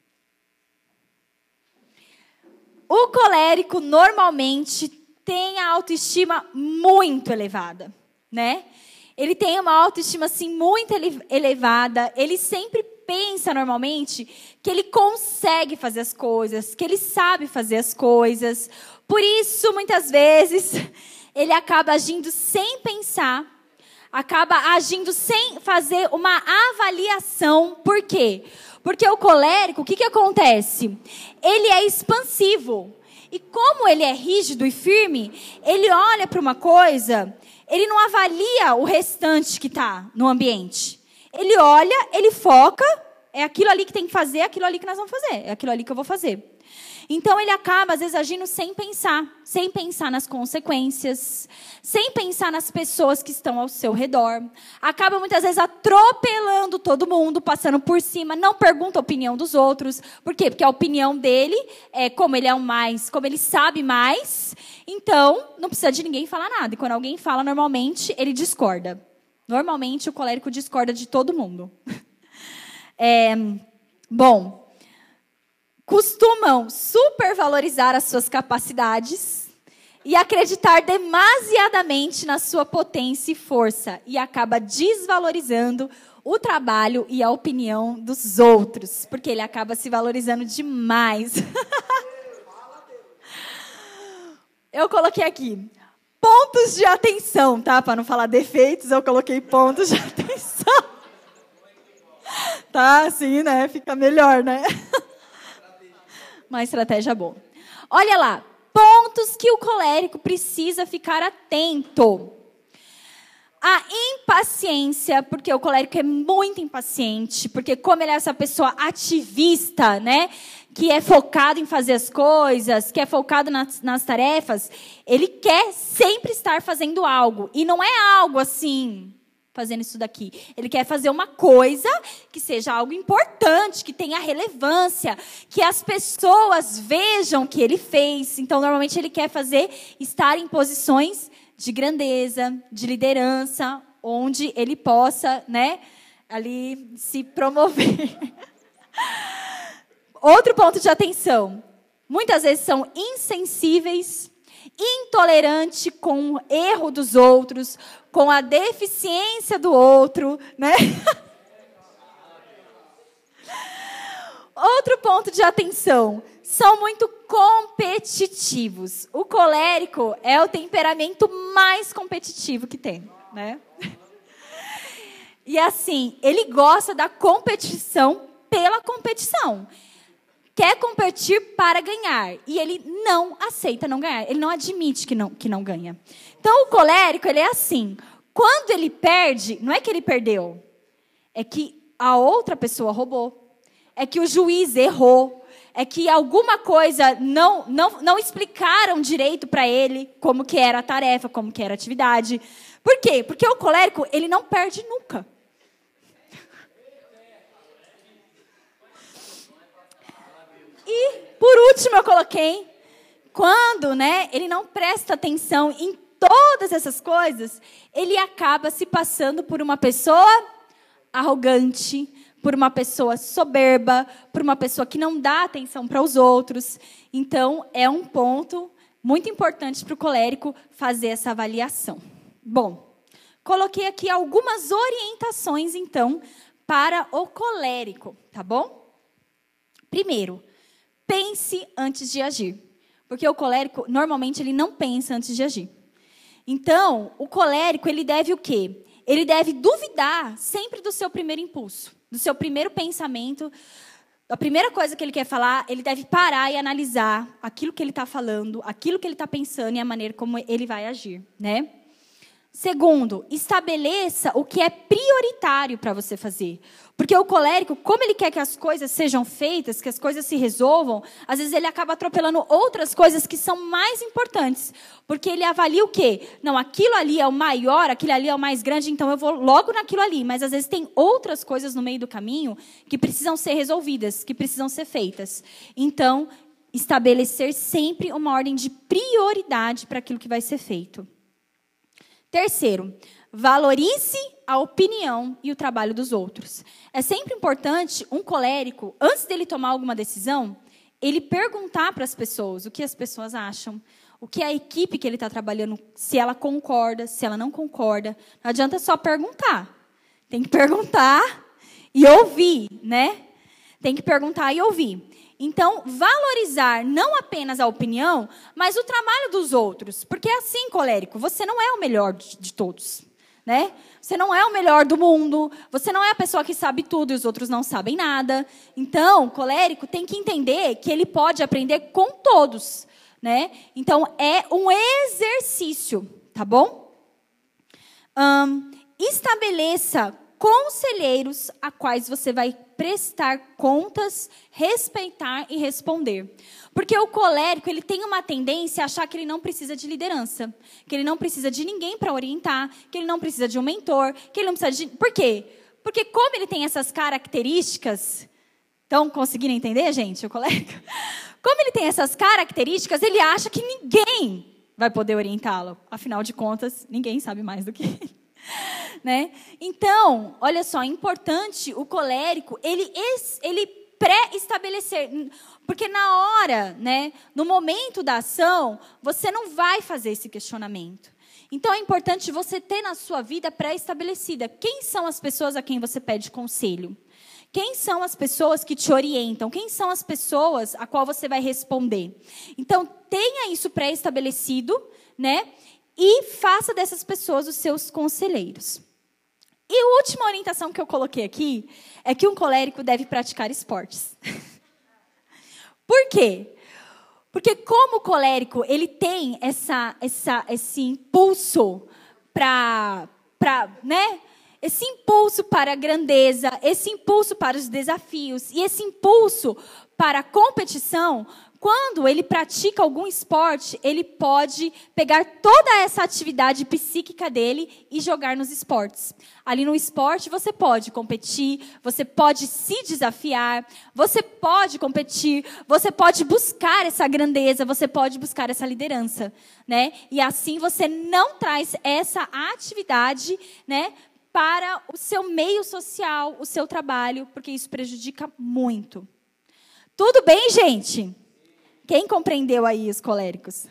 O colérico, normalmente, tem a autoestima muito elevada, né? Ele tem uma autoestima, assim, muito ele- elevada. Ele sempre pensa, normalmente, que ele consegue fazer as coisas, que ele sabe fazer as coisas. Por isso, muitas vezes, ele acaba agindo sem pensar, acaba agindo sem fazer uma avaliação. Por quê? Porque o colérico, o que, que acontece? Ele é expansivo. E como ele é rígido e firme, ele olha para uma coisa, ele não avalia o restante que está no ambiente. Ele olha, ele foca, é aquilo ali que tem que fazer, é aquilo ali que nós vamos fazer, é aquilo ali que eu vou fazer. Então, ele acaba, às vezes, agindo sem pensar, sem pensar nas consequências, sem pensar nas pessoas que estão ao seu redor. Acaba, muitas vezes, atropelando todo mundo, passando por cima, não pergunta a opinião dos outros. Por quê? Porque a opinião dele, é como ele é o mais, como ele sabe mais, então, não precisa de ninguém falar nada. E quando alguém fala, normalmente, ele discorda. Normalmente, o colérico discorda de todo mundo. É, bom... Costumam supervalorizar as suas capacidades e acreditar demasiadamente na sua potência e força. E acaba desvalorizando o trabalho e a opinião dos outros. Porque ele acaba se valorizando demais. Eu coloquei aqui pontos de atenção, tá? Para não falar defeitos, eu coloquei pontos de atenção. Tá, assim, né? Fica melhor, né? Uma estratégia boa. Olha lá, pontos que o colérico precisa ficar atento. A impaciência, porque o colérico é muito impaciente, porque como ele é essa pessoa ativista, né, que é focado em fazer as coisas, que é focado nas, nas tarefas, ele quer sempre estar fazendo algo. E não é algo assim, fazendo isso daqui. Ele quer fazer uma coisa que seja algo importante, que tenha relevância, que as pessoas vejam que ele fez. Então, normalmente, ele quer fazer, estar em posições de grandeza, de liderança, onde ele possa, né, ali se promover. Outro ponto de atenção. Muitas vezes são insensíveis, intolerantes com o erro dos outros, com a deficiência do outro, né? Outro ponto de atenção. São muito competitivos. O colérico é o temperamento mais competitivo que tem, né? E assim, ele gosta da competição pela competição. Quer competir para ganhar. E ele não aceita não ganhar. Ele não admite que não, que não ganha. Então, o colérico, ele é assim. Quando ele perde, não é que ele perdeu. É que a outra pessoa roubou. É que o juiz errou. É que alguma coisa não, não, não explicaram direito para ele como que era a tarefa, como que era a atividade. Por quê? Porque o colérico, ele não perde nunca. E, por último, eu coloquei, quando, né, ele não presta atenção em todas essas coisas, ele acaba se passando por uma pessoa arrogante, por uma pessoa soberba, por uma pessoa que não dá atenção para os outros. Então, é um ponto muito importante para o colérico fazer essa avaliação. Bom, coloquei aqui algumas orientações, então, para o colérico, tá bom? Primeiro, pense antes de agir. Porque o colérico, normalmente, ele não pensa antes de agir. Então, o colérico, ele deve o quê? Ele deve duvidar sempre do seu primeiro impulso, do seu primeiro pensamento. A primeira coisa que ele quer falar, ele deve parar e analisar aquilo que ele está falando, aquilo que ele está pensando e a maneira como ele vai agir, né? Segundo, estabeleça o que é prioritário para você fazer. Porque o colérico, como ele quer que as coisas sejam feitas, que as coisas se resolvam, às vezes ele acaba atropelando outras coisas que são mais importantes. Porque ele avalia o quê? Não, aquilo ali é o maior, aquilo ali é o mais grande, então eu vou logo naquilo ali. Mas às vezes tem outras coisas no meio do caminho que precisam ser resolvidas, que precisam ser feitas. Então, estabelecer sempre uma ordem de prioridade para aquilo que vai ser feito. Terceiro, valorize a opinião e o trabalho dos outros. É sempre importante um colérico, antes dele tomar alguma decisão, ele perguntar para as pessoas o que as pessoas acham, o que a equipe que ele está trabalhando, se ela concorda, se ela não concorda. Não adianta só perguntar. Tem que perguntar e ouvir, né? Tem que perguntar e ouvir. Então, valorizar não apenas a opinião, mas o trabalho dos outros. Porque é assim, colérico, você não é o melhor de, de todos, né? Você não é o melhor do mundo, você não é a pessoa que sabe tudo e os outros não sabem nada. Então, colérico tem que entender que ele pode aprender com todos, né? Então, é um exercício, tá bom? Hum, estabeleça conselheiros a quais você vai prestar contas, respeitar e responder. Porque o colérico, ele tem uma tendência a achar que ele não precisa de liderança, que ele não precisa de ninguém para orientar, que ele não precisa de um mentor, que ele não precisa de... Por quê? Porque como ele tem essas características... Estão conseguindo entender, gente, o colérico? Como ele tem essas características, ele acha que ninguém vai poder orientá-lo. Afinal de contas, ninguém sabe mais do que ele. Né? Então, olha só, é importante o colérico, ele, ele pré-estabelecer, porque na hora, né, no momento da ação, você não vai fazer esse questionamento. Então, é importante você ter na sua vida pré-estabelecida quem são as pessoas a quem você pede conselho. Quem são as pessoas que te orientam? Quem são as pessoas a qual você vai responder? Então, tenha isso pré-estabelecido, né? E faça dessas pessoas os seus conselheiros. E a última orientação que eu coloquei aqui é que um colérico deve praticar esportes. Por quê? Porque como o colérico, ele tem essa, essa, esse impulso para, para, né? Esse impulso para a grandeza, esse impulso para os desafios e esse impulso para a competição, quando ele pratica algum esporte, ele pode pegar toda essa atividade psíquica dele e jogar nos esportes. Ali no esporte você pode competir, você pode se desafiar, você pode competir, você pode buscar essa grandeza, você pode buscar essa liderança, né? E assim você não traz essa atividade, né, para o seu meio social, o seu trabalho, porque isso prejudica muito. Tudo bem, gente? Quem compreendeu aí os coléricos?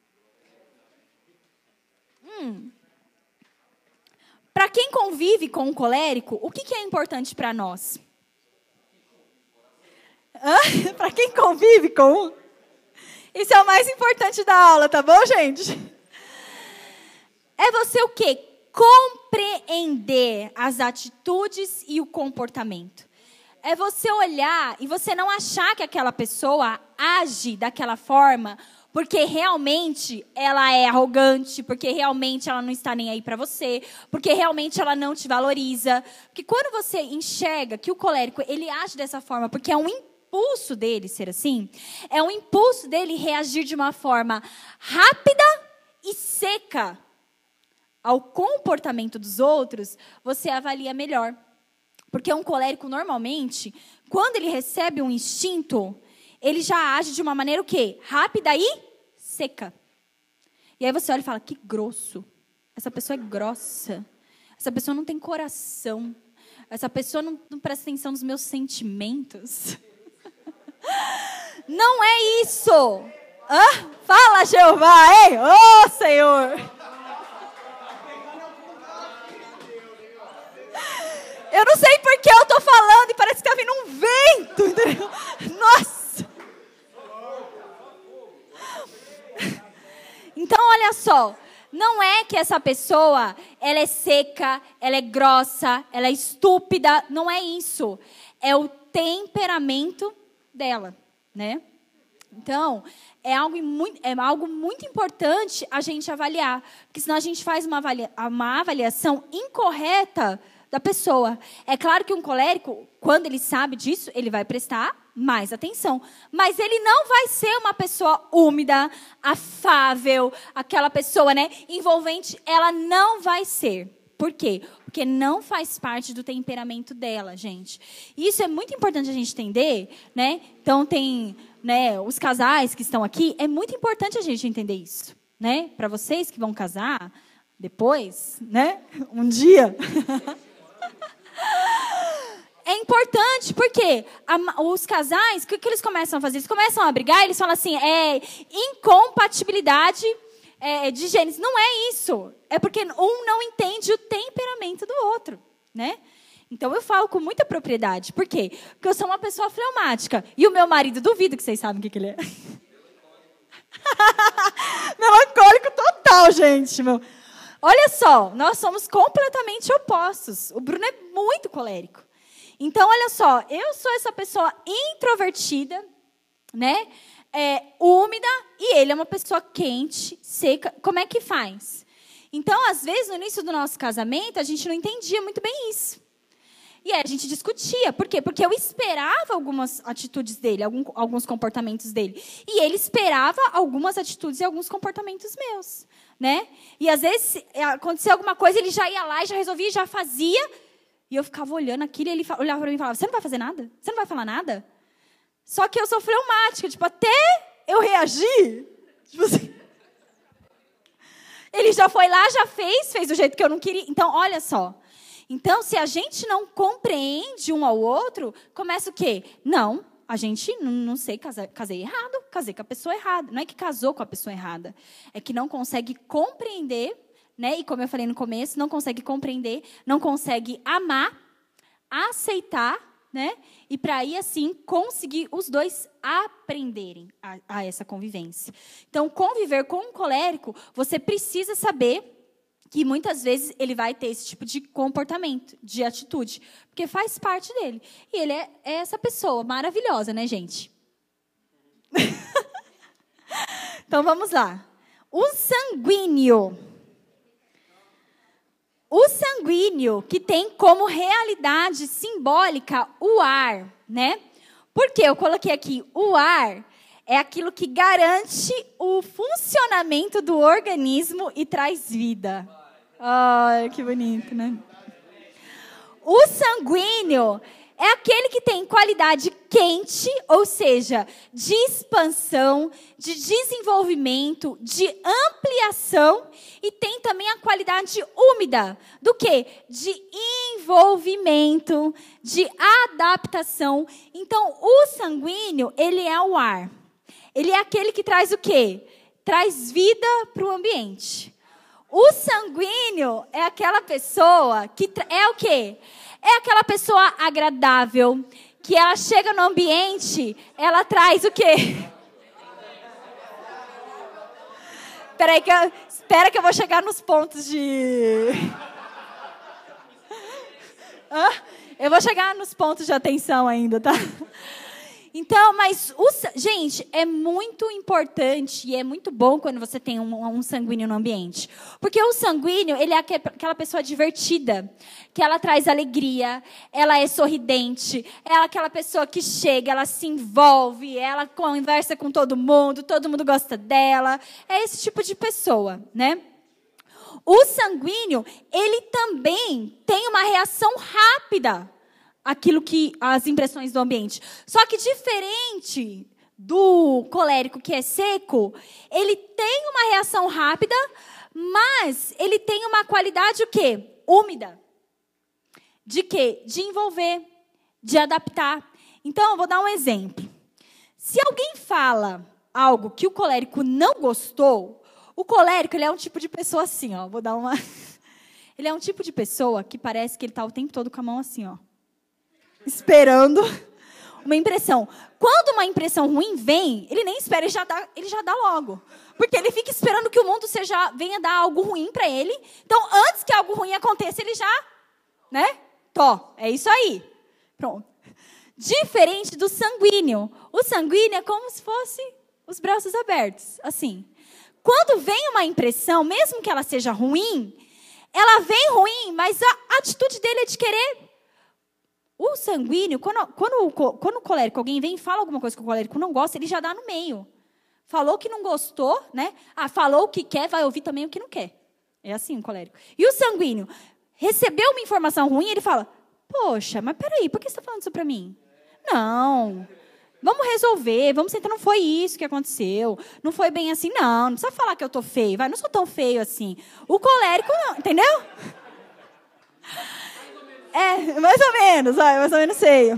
Hum. Para quem convive com um colérico, o que, que é importante para nós? Para quem convive com um? Isso é o mais importante da aula, tá bom, gente? É você o quê? Compreender as atitudes e o comportamento. É você olhar e você não achar que aquela pessoa age daquela forma porque realmente ela é arrogante, porque realmente ela não está nem aí para você, porque realmente ela não te valoriza. Porque quando você enxerga que o colérico, ele age dessa forma porque é um impulso dele ser assim, é um impulso dele reagir de uma forma rápida e seca ao comportamento dos outros, você avalia melhor. Porque um colérico, normalmente, quando ele recebe um instinto, ele já age de uma maneira o quê? Rápida e seca. E aí você olha e fala, que grosso. Essa pessoa é grossa. Essa pessoa não tem coração. Essa pessoa não, não presta atenção nos meus sentimentos. Não é isso. Hã? Fala, Jeová, hein? Ô, oh, Senhor. Eu não sei por que eu estou falando e parece que está vindo um vento, entendeu? Nossa! Então, olha só. Não é que essa pessoa, ela é seca, ela é grossa, ela é estúpida. Não é isso. É o temperamento dela, né? Então, é algo muito, é algo muito importante a gente avaliar. Porque senão a gente faz uma, avalia, uma avaliação incorreta da pessoa. É claro que um colérico, quando ele sabe disso, ele vai prestar mais atenção. Mas ele não vai ser uma pessoa úmida, afável, aquela pessoa, né, envolvente. Ela não vai ser. Por quê? Porque não faz parte do temperamento dela, gente. E isso é muito importante a gente entender, né? Então, tem, né, os casais que estão aqui, é muito importante a gente entender isso, né? Para vocês que vão casar depois, né? Um dia... É importante, porque a, os casais, o que, que eles começam a fazer? Eles começam a brigar, eles falam assim, é incompatibilidade é, de gêneros. Não é isso. É porque um não entende o temperamento do outro, né? Então, eu falo com muita propriedade. Por quê? Porque eu sou uma pessoa fleumática. E o meu marido, duvido que vocês sabem o que, que ele é. Melancólico total, gente, meu. Olha só, nós somos completamente opostos. O Bruno é muito colérico. Então, olha só, eu sou essa pessoa introvertida, né? É, úmida, e ele é uma pessoa quente, seca. Como é que faz? Então, às vezes, no início do nosso casamento, a gente não entendia muito bem isso. E aí a gente discutia. Por quê? Porque eu esperava algumas atitudes dele, algum, alguns comportamentos dele. E ele esperava algumas atitudes e alguns comportamentos meus. Né? E às vezes acontecia alguma coisa, ele já ia lá e já resolvia, já fazia. E eu ficava olhando aquilo e ele olhava para mim e falava, você não vai fazer nada? Você não vai falar nada? Só que eu sou fleumática, tipo, até eu reagir. Tipo assim, ele já foi lá, já fez, fez do jeito que eu não queria. Então, olha só. Então, se a gente não compreende um ao outro, começa o quê? Não, a gente, não, não sei, casei, casei errado, casei com a pessoa errada. Não é que casou com a pessoa errada, é que não consegue compreender, né? E como eu falei no começo, não consegue compreender, não consegue amar, aceitar né? E para aí, assim, conseguir os dois aprenderem a, a essa convivência. Então, conviver com um colérico, você precisa saber que muitas vezes ele vai ter esse tipo de comportamento, de atitude, porque faz parte dele. E ele é, é essa pessoa maravilhosa, né, gente? Então, vamos lá. O sanguíneo. O sanguíneo, que tem como realidade simbólica o ar, né? Por que eu coloquei aqui o ar? É aquilo que garante o funcionamento do organismo e traz vida. Ai, que bonito, né? O sanguíneo é aquele que tem qualidade quente, ou seja, de expansão, de desenvolvimento, de ampliação, e tem também a qualidade úmida, do quê? De envolvimento, de adaptação. Então, o sanguíneo, ele é o ar. Ele é aquele que traz o quê? Traz vida para o ambiente. O sanguíneo é aquela pessoa que é o quê? É aquela pessoa agradável, que ela chega no ambiente, ela traz o quê? Espera aí que eu, espera que eu vou chegar nos pontos de... Hã? Eu vou chegar nos pontos de atenção ainda, tá? Então, mas, o, gente, é muito importante e é muito bom quando você tem um, um sanguíneo no ambiente. Porque o sanguíneo, ele é aquela pessoa divertida, que ela traz alegria, ela é sorridente, ela é aquela pessoa que chega, ela se envolve, ela conversa com todo mundo, todo mundo gosta dela. É esse tipo de pessoa, né? O sanguíneo, ele também tem uma reação rápida aquilo que as impressões do ambiente. Só que diferente do colérico, que é seco, ele tem uma reação rápida, mas ele tem uma qualidade o quê? Úmida. De quê? De envolver, de adaptar. Então, eu vou dar um exemplo. Se alguém fala algo que o colérico não gostou, o colérico, ele é um tipo de pessoa assim, ó. Vou dar uma... Ele é um tipo de pessoa que parece que ele está o tempo todo com a mão assim, ó. Esperando uma impressão. Quando uma impressão ruim vem, ele nem espera, ele já dá, ele já dá logo. Porque ele fica esperando que o mundo seja, venha dar algo ruim para ele. Então, antes que algo ruim aconteça, ele já, né? Tó, é isso aí. Pronto. Diferente do sanguíneo. O sanguíneo é como se fosse os braços abertos, assim. Quando vem uma impressão, mesmo que ela seja ruim, ela vem ruim, mas a atitude dele é de querer... O sanguíneo, quando, quando, quando o colérico, alguém vem e fala alguma coisa que o colérico não gosta, ele já dá no meio. Falou que não gostou, né? Ah, falou o que quer, vai ouvir também o que não quer. É assim o colérico. E o sanguíneo, recebeu uma informação ruim, ele fala, poxa, mas peraí, por que você está falando isso para mim? Não, vamos resolver, vamos sentar, não foi isso que aconteceu, não foi bem assim, não, não precisa falar que eu estou feio, vai, não sou tão feio assim. O colérico não, entendeu? É, mais ou menos, vai, mais ou menos sei.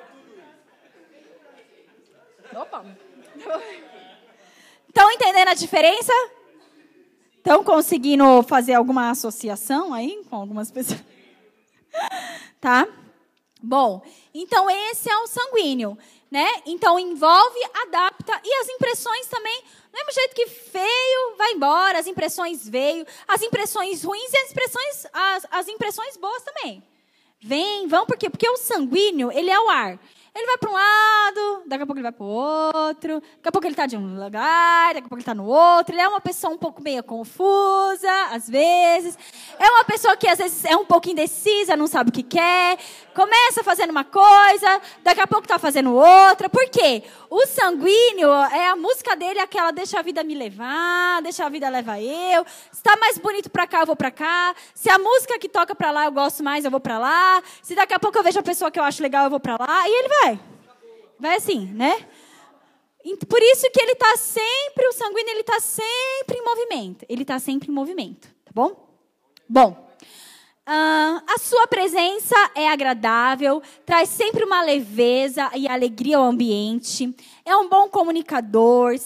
Opa. Estão entendendo a diferença? Estão conseguindo fazer alguma associação aí com algumas pessoas? Tá? Bom, então esse é o sanguíneo, né? Então envolve, adapta e as impressões também, do mesmo jeito que feio vai embora, as impressões veio, as impressões ruins e as impressões, as, as impressões boas também. Vem, vão, por quê? Porque o sanguíneo, ele é o ar. Ele vai para um lado, daqui a pouco ele vai para o outro, daqui a pouco ele está de um lugar, daqui a pouco ele está no outro. Ele é uma pessoa um pouco meio confusa, às vezes. É uma pessoa que, às vezes, é um pouco indecisa, não sabe o que quer. Começa fazendo uma coisa, daqui a pouco está fazendo outra. Por quê? O sanguíneo, é a música dele, é aquela deixa a vida me levar, deixa a vida levar eu. Se está mais bonito para cá, eu vou para cá. Se a música que toca para lá eu gosto mais, eu vou para lá. Se daqui a pouco eu vejo a pessoa que eu acho legal, eu vou para lá. E ele vai. Vai assim, né? Por isso que ele está sempre, o sanguíneo, ele está sempre em movimento. Ele está sempre em movimento, tá bom? Bom, uh, a sua presença é agradável, traz sempre uma leveza e alegria ao ambiente. É um bom comunicador, simpático.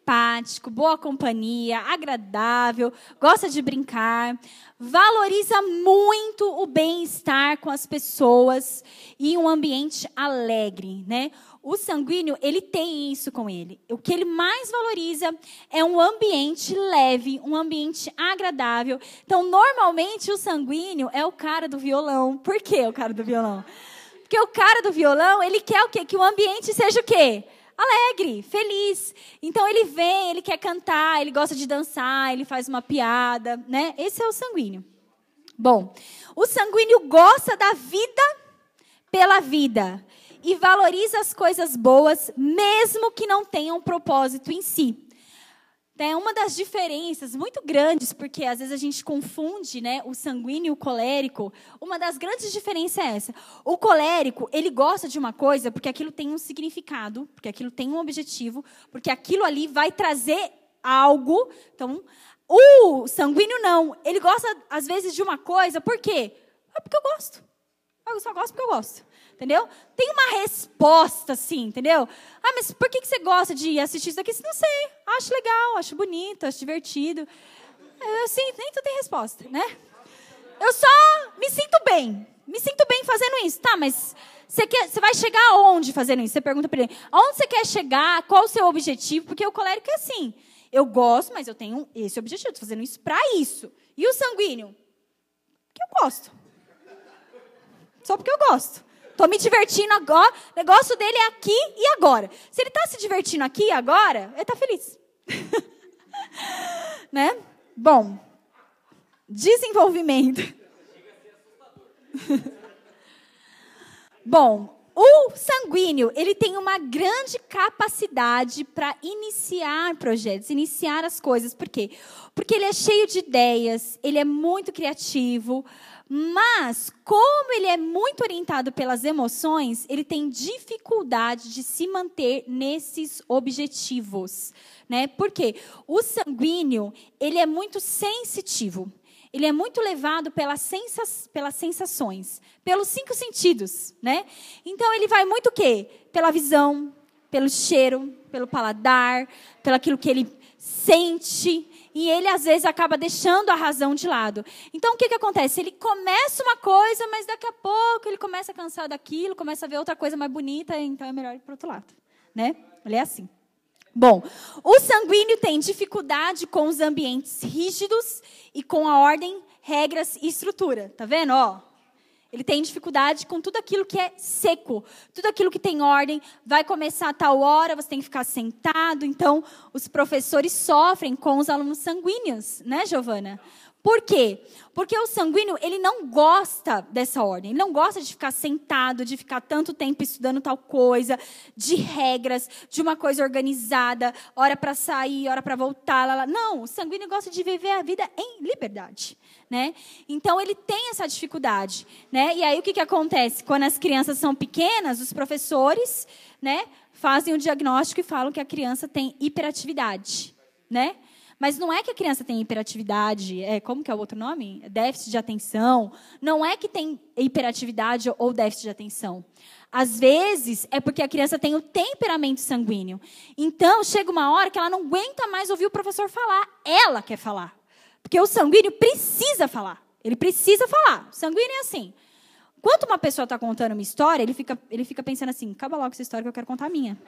simpático, boa companhia, agradável, gosta de brincar, valoriza muito o bem-estar com as pessoas e um ambiente alegre, né? O sanguíneo, ele tem isso com ele. O que ele mais valoriza é um ambiente leve, um ambiente agradável. Então, normalmente, o sanguíneo é o cara do violão. Por que o cara do violão? Porque o cara do violão, ele quer o quê? Que o ambiente seja o quê? Alegre, feliz. Então, ele vem, ele quer cantar, ele gosta de dançar, ele faz uma piada, né? Esse é o sanguíneo. Bom, o sanguíneo gosta da vida pela vida e valoriza as coisas boas, mesmo que não tenham propósito em si. É uma das diferenças muito grandes, porque às vezes a gente confunde, né, o sanguíneo e o colérico. Uma das grandes diferenças é essa. O colérico, ele gosta de uma coisa porque aquilo tem um significado, porque aquilo tem um objetivo, porque aquilo ali vai trazer algo. Então, o sanguíneo não. Ele gosta, às vezes, de uma coisa, por quê? É porque eu gosto. Eu só gosto porque eu gosto. Entendeu? Tem uma resposta, assim, entendeu? Ah, mas por que você gosta de assistir isso aqui? Não sei. Acho legal, acho bonito, acho divertido. É, assim, nem tudo tem resposta, né? Eu só me sinto bem. Me sinto bem fazendo isso. Tá, mas você, quer, você vai chegar aonde fazendo isso? Você pergunta para ele. Aonde você quer chegar? Qual o seu objetivo? Porque o colérico é assim. Eu gosto, mas eu tenho esse objetivo. Estou fazendo isso para isso. E o sanguíneo? Porque eu gosto. Só porque eu gosto. Estou me divertindo agora. O negócio dele é aqui e agora. Se ele está se divertindo aqui e agora, ele está feliz. Né? Bom, desenvolvimento. Bom, o sanguíneo, ele tem uma grande capacidade para iniciar projetos, iniciar as coisas. Por quê? Porque ele é cheio de ideias, ele é muito criativo. Mas, como ele é muito orientado pelas emoções, ele tem dificuldade de se manter nesses objetivos, né? Por quê? O sanguíneo, ele é muito sensitivo. Ele é muito levado pelas, sensa pelas sensações, pelos cinco sentidos, né? Então, ele vai muito o quê? Pela visão, pelo cheiro, pelo paladar, pelo aquilo que ele sente. E ele, às vezes, acaba deixando a razão de lado. Então, o que, que acontece? Ele começa uma coisa, mas daqui a pouco ele começa a cansar daquilo, começa a ver outra coisa mais bonita, então é melhor ir para o outro lado, né? Ele é assim. Bom, o sanguíneo tem dificuldade com os ambientes rígidos e com a ordem, regras e estrutura. Tá vendo? Ó, ele tem dificuldade com tudo aquilo que é seco, tudo aquilo que tem ordem. Vai começar a tal hora, você tem que ficar sentado. Então, os professores sofrem com os alunos sanguíneos, né, Giovana? Por quê? Porque o sanguíneo, ele não gosta dessa ordem. Ele não gosta de ficar sentado, de ficar tanto tempo estudando tal coisa, de regras, de uma coisa organizada, hora para sair, hora para voltar. Lá, lá. Não, o sanguíneo gosta de viver a vida em liberdade, né? Então, ele tem essa dificuldade, né? E aí, o que, que acontece? Quando as crianças são pequenas, os professores, né, fazem o diagnóstico e falam que a criança tem hiperatividade, né? Mas não é que a criança tem hiperatividade, é, como que é o outro nome? Déficit de atenção. Não é que tem hiperatividade ou déficit de atenção. Às vezes, é porque a criança tem o temperamento sanguíneo. Então, chega uma hora que ela não aguenta mais ouvir o professor falar. Ela quer falar. Porque o sanguíneo precisa falar. Ele precisa falar. O sanguíneo é assim. Enquanto uma pessoa está contando uma história, ele fica, ele fica pensando assim, acaba logo essa história que eu quero contar a minha.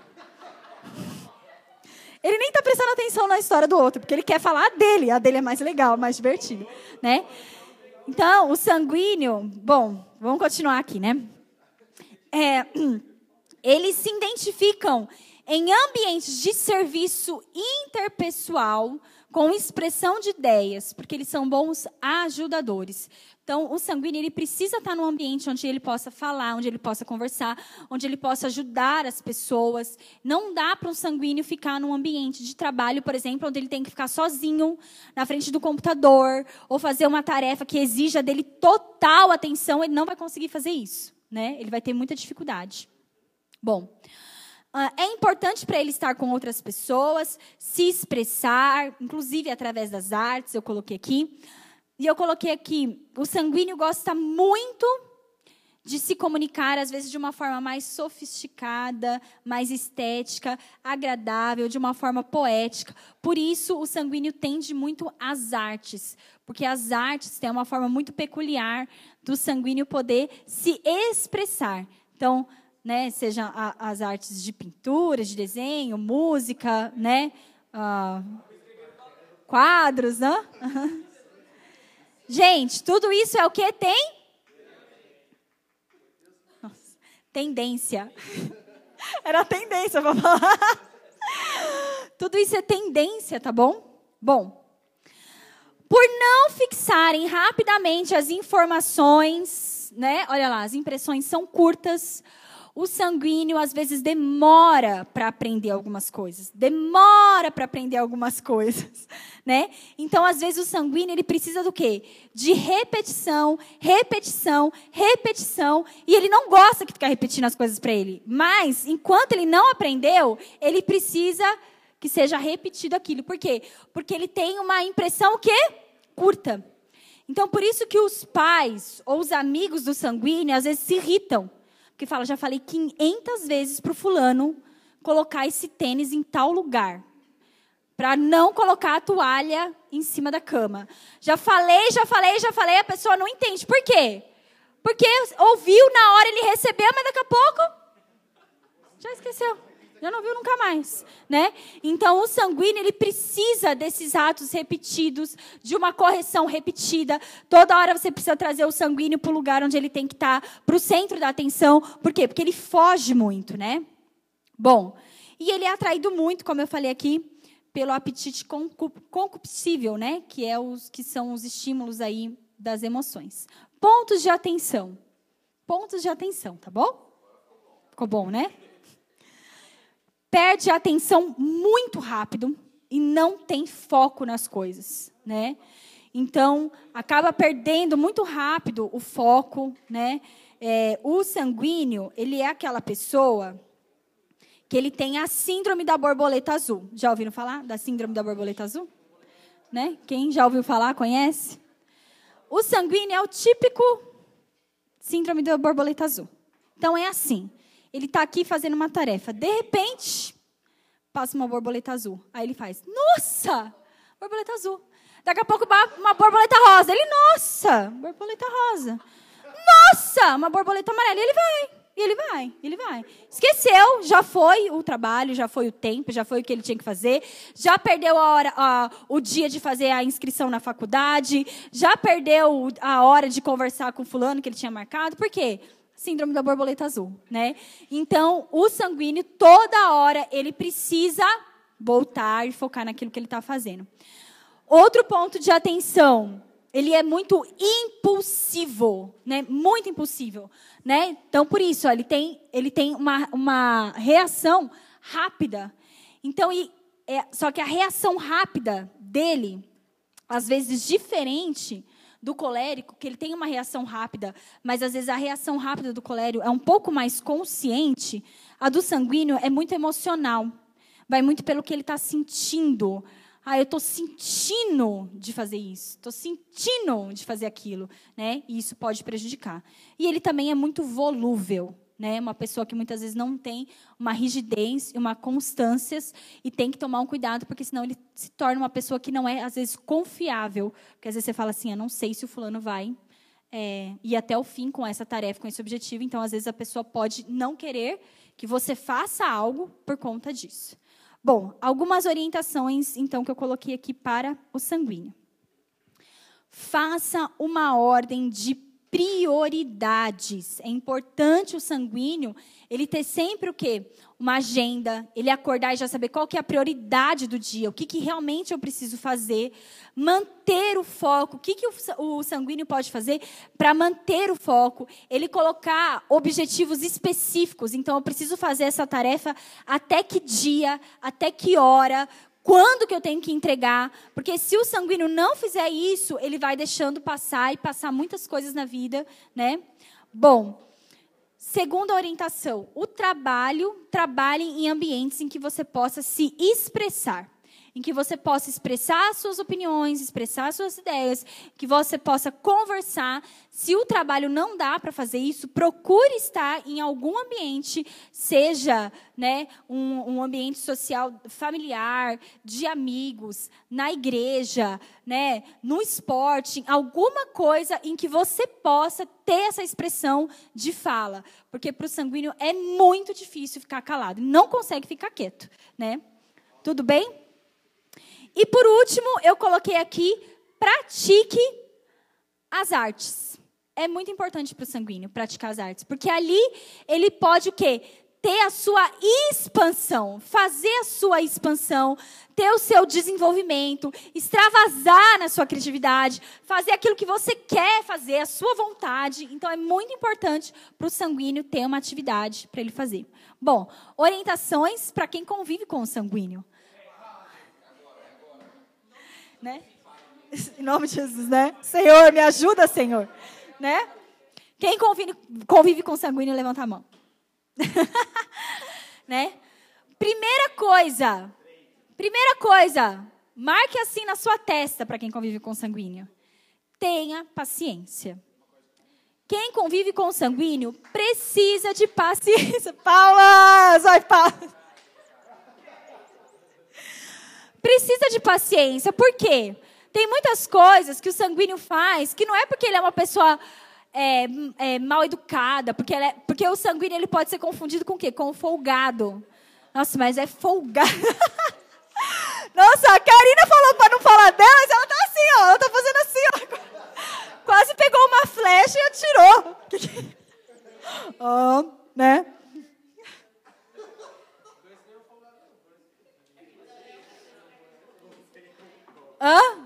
Ele nem está prestando atenção na história do outro, porque ele quer falar a dele. A dele é mais legal, mais divertida, né? Então, o sanguíneo... Bom, vamos continuar aqui, né? É, eles se identificam em ambientes de serviço interpessoal com expressão de ideias, porque eles são bons ajudadores. Então, o sanguíneo ele precisa estar num ambiente onde ele possa falar, onde ele possa conversar, onde ele possa ajudar as pessoas. Não dá para um sanguíneo ficar num ambiente de trabalho, por exemplo, onde ele tem que ficar sozinho na frente do computador ou fazer uma tarefa que exija dele total atenção. Ele não vai conseguir fazer isso, né? Ele vai ter muita dificuldade. Bom, é importante para ele estar com outras pessoas, se expressar, inclusive através das artes, eu coloquei aqui. E eu coloquei aqui, o sanguíneo gosta muito de se comunicar, às vezes, de uma forma mais sofisticada, mais estética, agradável, de uma forma poética. Por isso, o sanguíneo tende muito às artes, porque as artes têm uma forma muito peculiar do sanguíneo poder se expressar. Então, né, seja a, as artes de pintura, de desenho, música, né, ah, quadros, né? Gente, tudo isso é o que tem? Nossa, tendência. Era a tendência para falar. Tudo isso é tendência, tá bom? Bom, por não fixarem rapidamente as informações, né? Olha lá, as impressões são curtas. O sanguíneo, às vezes, demora para aprender algumas coisas. Demora para aprender algumas coisas, né? Então, às vezes, o sanguíneo, ele precisa do quê? De repetição, repetição, repetição. E ele não gosta que ficar repetindo as coisas para ele. Mas, enquanto ele não aprendeu, ele precisa que seja repetido aquilo. Por quê? Porque ele tem uma impressão o quê? Curta. Então, por isso que os pais ou os amigos do sanguíneo, às vezes, se irritam. Porque fala, já falei quinhentas vezes para o fulano colocar esse tênis em tal lugar. Para não colocar a toalha em cima da cama. Já falei, já falei, já falei, a pessoa não entende. Por quê? Porque ouviu, na hora ele recebeu, mas daqui a pouco já esqueceu. Já não viu nunca mais, né? Então, o sanguíneo, ele precisa desses atos repetidos, de uma correção repetida. Toda hora você precisa trazer o sanguíneo para o lugar onde ele tem que estar, para o centro da atenção. Por quê? Porque ele foge muito, né? Bom, e ele é atraído muito, como eu falei aqui, pelo apetite concupiscível, né? Que, é os, que são os estímulos aí das emoções. Pontos de atenção. Pontos de atenção, tá bom? Ficou bom, né? Perde a atenção muito rápido e não tem foco nas coisas, né? Então, acaba perdendo muito rápido o foco, né? É, o sanguíneo, ele é aquela pessoa que ele tem a síndrome da borboleta azul. Já ouviram falar da síndrome da borboleta azul? Né? Quem já ouviu falar, conhece? O sanguíneo é o típico síndrome da borboleta azul. Então, é assim. Ele está aqui fazendo uma tarefa. De repente, passa uma borboleta azul. Aí ele faz, nossa, borboleta azul. Daqui a pouco, uma borboleta rosa. Ele, nossa, borboleta rosa. Nossa, uma borboleta amarela. E ele vai, e ele vai, e ele vai. Esqueceu, já foi o trabalho, já foi o tempo, já foi o que ele tinha que fazer. Já perdeu a hora, a, o dia de fazer a inscrição na faculdade. Já perdeu a hora de conversar com o fulano que ele tinha marcado. Por quê? Síndrome da borboleta azul, né? Então, o sanguíneo, toda hora, ele precisa voltar e focar naquilo que ele está fazendo. Outro ponto de atenção, ele é muito impulsivo, né? Muito impulsivo, né? Então, por isso, ó, ele tem, ele tem uma, uma reação rápida. Então, e, é, só que a reação rápida dele, às vezes diferente do colérico, que ele tem uma reação rápida, mas às vezes a reação rápida do colérico é um pouco mais consciente, a do sanguíneo é muito emocional. Vai muito pelo que ele está sentindo. Ah, eu estou sentindo de fazer isso, estou sentindo de fazer aquilo, né? E isso pode prejudicar. E ele também é muito volúvel, né? Uma pessoa que muitas vezes não tem uma rigidez e uma constância e tem que tomar um cuidado, porque senão ele se torna uma pessoa que não é, às vezes, confiável. Porque às vezes você fala assim, eu não sei se o fulano vai é, ir até o fim com essa tarefa, com esse objetivo. Então, às vezes, a pessoa pode não querer que você faça algo por conta disso. Bom, algumas orientações, então, que eu coloquei aqui para o sanguíneo. Faça uma ordem de prioridades. É importante o sanguíneo, ele ter sempre o quê? Uma agenda, ele acordar e já saber qual que é a prioridade do dia, o que, que realmente eu preciso fazer, manter o foco, o que, que o sanguíneo pode fazer para manter o foco, ele colocar objetivos específicos, então eu preciso fazer essa tarefa até que dia, até que hora, quando que eu tenho que entregar? Porque se o sanguíneo não fizer isso, ele vai deixando passar e passar muitas coisas na vida, né? Bom, segunda orientação, o trabalho, trabalhe em ambientes em que você possa se expressar. em que você possa expressar suas opiniões, expressar suas ideias, que você possa conversar. Se o trabalho não dá para fazer isso, procure estar em algum ambiente, seja, né, um, um ambiente social familiar, de amigos, na igreja, né, no esporte, alguma coisa em que você possa ter essa expressão de fala. Porque para o sanguíneo é muito difícil ficar calado, não consegue ficar quieto, né? Tudo bem? E por último, eu coloquei aqui, pratique as artes. É muito importante para o sanguíneo praticar as artes, porque ali ele pode o quê? Ter a sua expansão, fazer a sua expansão, ter o seu desenvolvimento, extravasar na sua criatividade, fazer aquilo que você quer fazer, a sua vontade. Então, é muito importante para o sanguíneo ter uma atividade para ele fazer. Bom, orientações para quem convive com o sanguíneo. Né? Em nome de Jesus, né? Senhor, me ajuda, Senhor. Né? Quem convive, convive com o sanguíneo, levanta a mão. Né? Primeira coisa, primeira coisa, marque assim na sua testa para quem convive com sanguíneo. Tenha paciência. Quem convive com sanguíneo precisa de paciência. Palmas! Vai, Paula! Precisa de paciência. Por quê? Tem muitas coisas que o sanguíneo faz que não é porque ele é uma pessoa é, é, mal educada, porque, ela é, porque o sanguíneo ele pode ser confundido com o quê? Com o folgado. Nossa, mas é folgado. Nossa, a Karina falou para não falar dela, mas ela tá assim, ó. Ela tá fazendo assim, ó. Quase pegou uma flecha e atirou. Ó, oh, né? Hã?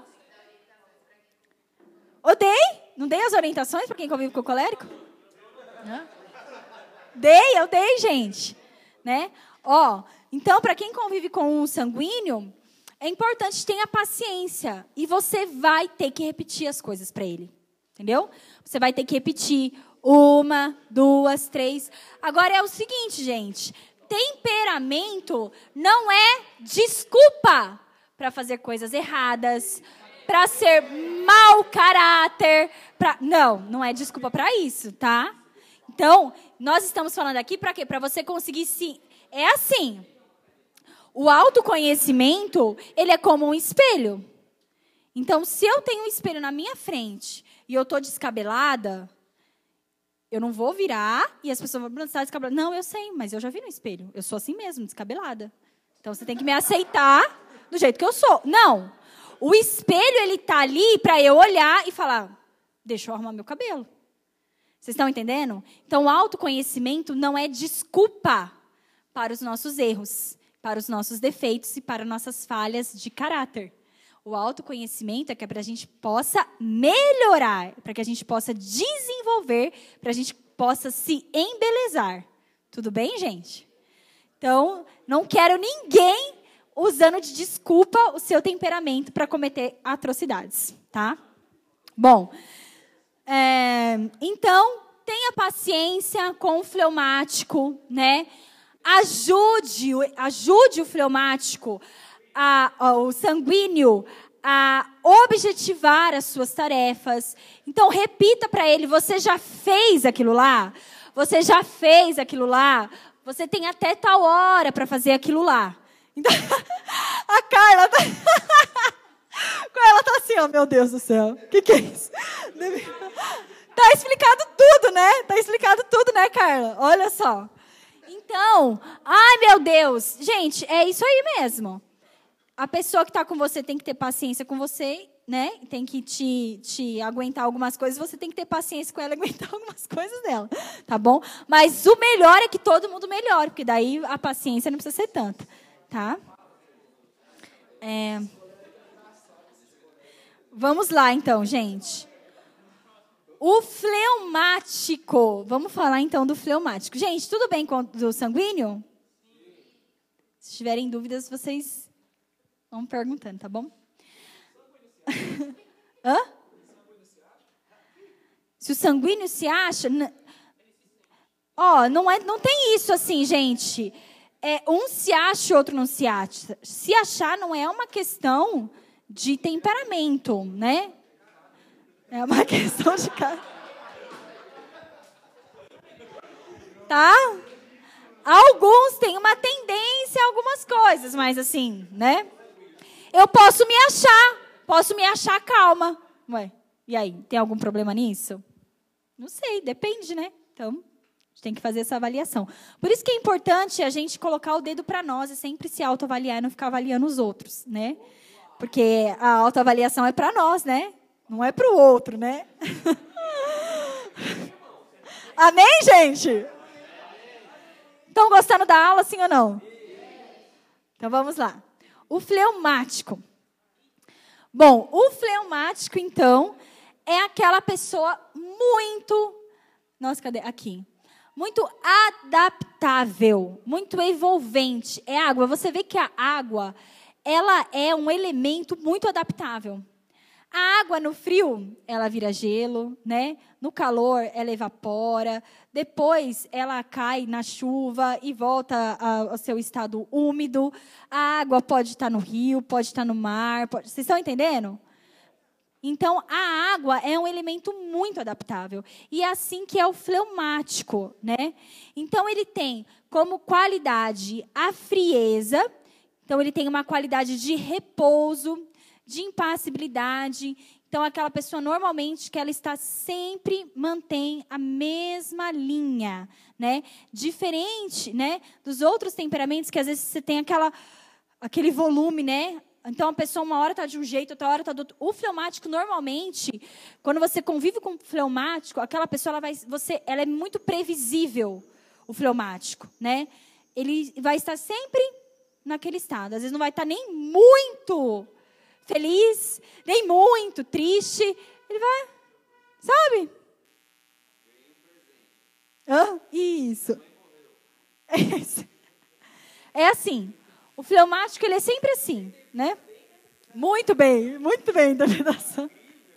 Odei? Não dei as orientações para quem convive com o colérico? Hã? Dei, eu dei, gente. Né? Ó, então, para quem convive com o sanguíneo, é importante que tenha paciência. E você vai ter que repetir as coisas para ele. Entendeu? Você vai ter que repetir uma, duas, três. Agora é o seguinte, gente. Temperamento não é desculpa para fazer coisas erradas, para ser mau caráter. Pra... Não, não é desculpa para isso, tá? Então, nós estamos falando aqui para quê? Para você conseguir se... É assim, o autoconhecimento, ele é como um espelho. Então, se eu tenho um espelho na minha frente e eu estou descabelada, eu não vou virar e as pessoas vão perguntar, descabelada. Não, eu sei, mas eu já vi no espelho. Eu sou assim mesmo, descabelada. Então, você tem que me aceitar do jeito que eu sou. Não. O espelho, ele está ali para eu olhar e falar, deixa eu arrumar meu cabelo. Vocês estão entendendo? Então, o autoconhecimento não é desculpa para os nossos erros, para os nossos defeitos e para nossas falhas de caráter. O autoconhecimento é que é para a gente possa melhorar, para que a gente possa desenvolver, para a gente possa se embelezar. Tudo bem, gente? Então, não quero ninguém usando de desculpa o seu temperamento para cometer atrocidades, tá? Bom, é, então, tenha paciência com o fleumático, né? Ajude, ajude o fleumático, a, a, o sanguíneo, a objetivar as suas tarefas. Então, repita para ele, você já fez aquilo lá? Você já fez aquilo lá? Você tem até tal hora para fazer aquilo lá. Então, a Carla tá... Ela tá assim, ó, meu Deus do céu. O que, que é isso? Tá explicado tudo, né? Tá explicado tudo, né, Carla? Olha só. Então, ai, meu Deus. Gente, é isso aí mesmo. A pessoa que está com você tem que ter paciência com você, né? Tem que te, te aguentar algumas coisas. Você tem que ter paciência com ela e aguentar algumas coisas dela. Tá bom? Mas o melhor é que todo mundo melhore, porque daí a paciência não precisa ser tanta. Tá? É... Vamos lá, então, gente. O fleumático. Vamos falar, então, do fleumático. Gente, tudo bem com o sanguíneo? Se tiverem dúvidas, vocês vão perguntando, tá bom? Hã? Se o sanguíneo se acha... Ó, oh, não, é, não tem isso assim, gente. é, um se acha, outro não se acha. Se achar não é uma questão de temperamento, né? É uma questão de cara. Tá? Alguns têm uma tendência a algumas coisas, mas assim, né? Eu posso me achar, posso me achar calma. Ué, e aí, tem algum problema nisso? Não sei, depende, né? Então, a gente tem que fazer essa avaliação. Por isso que é importante a gente colocar o dedo para nós e sempre se autoavaliar e não ficar avaliando os outros, né? Porque a autoavaliação é para nós, né? Não é para o outro, né? Amém, gente? Estão gostando da aula, sim ou não? Então, vamos lá. O fleumático. Bom, o fleumático, então, é aquela pessoa muito... Nossa, cadê? Aqui. Muito adaptável, muito envolvente. É água. Você vê que a água, ela é um elemento muito adaptável. A água no frio, ela vira gelo, né? No calor, ela evapora. Depois, ela cai na chuva e volta ao seu estado úmido. A água pode estar no rio, pode estar no mar. Pode... Vocês estão entendendo? Então, a água é um elemento muito adaptável. E é assim que é o fleumático, né? Então, ele tem como qualidade a frieza. Então, ele tem uma qualidade de repouso, de impassibilidade. Então, aquela pessoa, normalmente, que ela está sempre mantém a mesma linha, né? Diferente, né, dos outros temperamentos, que às vezes você tem aquela, aquele volume, né? Então, a pessoa, uma hora está de um jeito, outra hora está do outro. O fleumático, normalmente, quando você convive com o fleumático, aquela pessoa, ela, vai, você, ela é muito previsível, o fleumático, né? Ele vai estar sempre naquele estado. Às vezes, não vai estar nem muito feliz, nem muito triste. Ele vai, sabe? Hã? Isso. É assim. O fleumático, ele é sempre assim, né? Muito bem, muito bem, interpretação.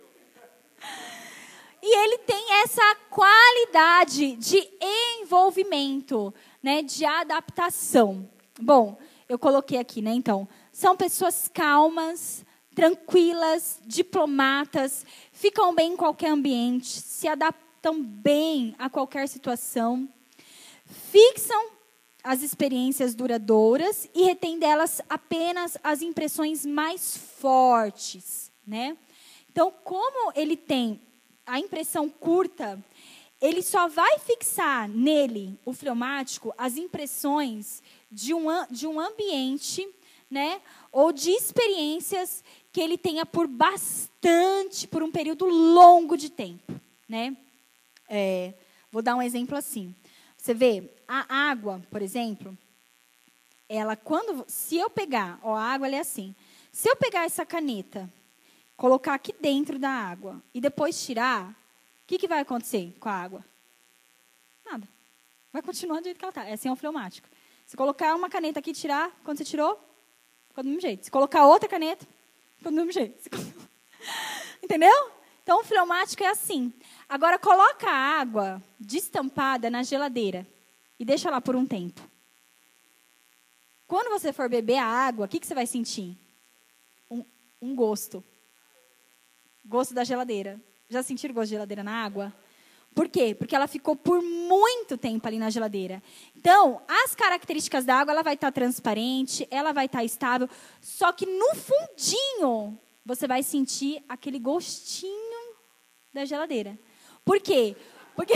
E ele tem essa qualidade de envolvimento, né? De adaptação. Bom, eu coloquei aqui, né? Então, são pessoas calmas, tranquilas, diplomatas, ficam bem em qualquer ambiente, se adaptam bem a qualquer situação, fixam as experiências duradouras e retém delas apenas as impressões mais fortes, né? Então, como ele tem a impressão curta, ele só vai fixar nele, o fleumático, as impressões de um, de um ambiente, né? Ou de experiências que ele tenha por bastante, por um período longo de tempo, né? É, vou dar um exemplo assim. Você vê, a água, por exemplo, ela quando, se eu pegar, ó, a água ela é assim. Se eu pegar essa caneta, colocar aqui dentro da água e depois tirar, o que, que vai acontecer com a água? Nada. Vai continuar do jeito que ela está. É assim é o fleumático. Se colocar uma caneta aqui e tirar, quando você tirou, ficou do mesmo jeito. Se colocar outra caneta, ficou do mesmo jeito. Entendeu? Então, o fleumático é assim. Agora, coloca a água destampada na geladeira e deixa lá por um tempo. Quando você for beber a água, o que, que você vai sentir? Um, um gosto. Gosto da geladeira. Já sentiram o gosto de geladeira na água? Por quê? Porque ela ficou por muito tempo ali na geladeira. Então, as características da água, ela vai estar transparente, ela vai estar estável, só que no fundinho, você vai sentir aquele gostinho da geladeira. Por quê? Porque,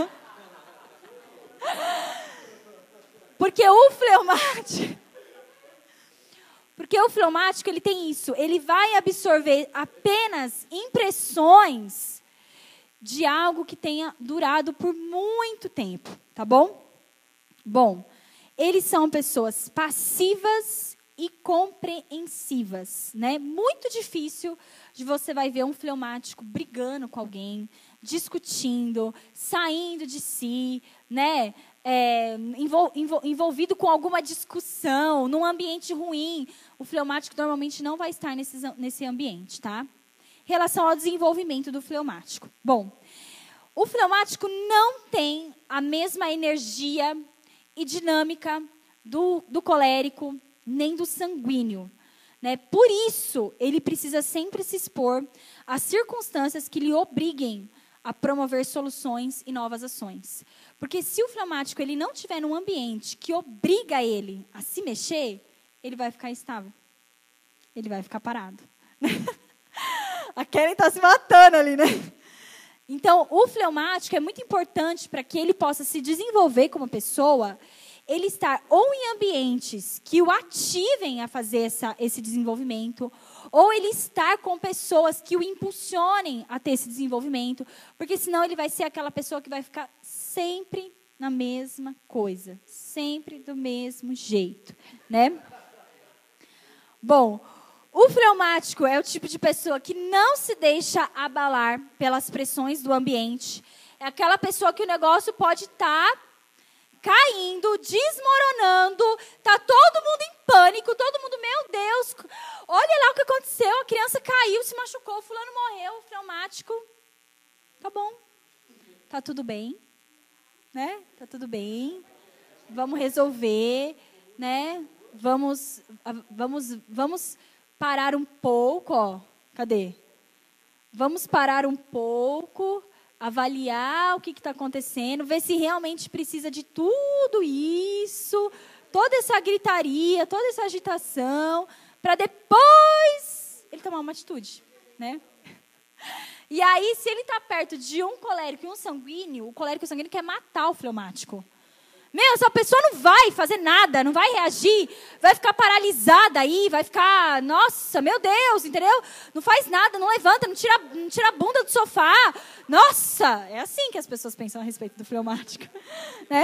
porque o fleumático... Porque o fleumático, ele tem isso. Ele vai absorver apenas impressões de algo que tenha durado por muito tempo, tá bom? Bom, eles são pessoas passivas e compreensivas, né? Muito difícil de você vai ver um fleumático brigando com alguém, discutindo, saindo de si, né? É, envol, envol, envolvido com alguma discussão, num ambiente ruim. O fleumático normalmente não vai estar nesse, nesse ambiente, tá? Em relação ao desenvolvimento do fleumático. Bom, o fleumático não tem a mesma energia e dinâmica do, do colérico, nem do sanguíneo. Né? Por isso, ele precisa sempre se expor a circunstâncias que lhe obriguem a promover soluções e novas ações. Porque se o fleumático ele não estiver num ambiente que obriga ele a se mexer, ele vai ficar estável. Ele vai ficar parado. A Karen está se matando ali, né? Então, o fleumático é muito importante para que ele possa se desenvolver como pessoa, ele estar ou em ambientes que o ativem a fazer essa, esse desenvolvimento, ou ele estar com pessoas que o impulsionem a ter esse desenvolvimento, porque senão ele vai ser aquela pessoa que vai ficar sempre na mesma coisa, sempre do mesmo jeito, né? Bom, o fleumático é o tipo de pessoa que não se deixa abalar pelas pressões do ambiente. É aquela pessoa que o negócio pode estar caindo, desmoronando, tá todo mundo em pânico, todo mundo, meu Deus, olha lá o que aconteceu, a criança caiu, se machucou, o fulano morreu, o fleumático, tá bom, tá tudo bem, né? Tá tudo bem, vamos resolver, né? Vamos, vamos, vamos parar um pouco, ó, cadê? Vamos parar um pouco, avaliar o que está acontecendo, ver se realmente precisa de tudo isso, toda essa gritaria, toda essa agitação, para depois ele tomar uma atitude, né? E aí, se ele está perto de um colérico e um sanguíneo, o colérico e o sanguíneo quer matar o fleumático. Meu, essa pessoa não vai fazer nada, não vai reagir, vai ficar paralisada aí, vai ficar, nossa, meu Deus, entendeu? Não faz nada, não levanta, não tira, não tira a bunda do sofá. Nossa, é assim que as pessoas pensam a respeito do fleumático, né?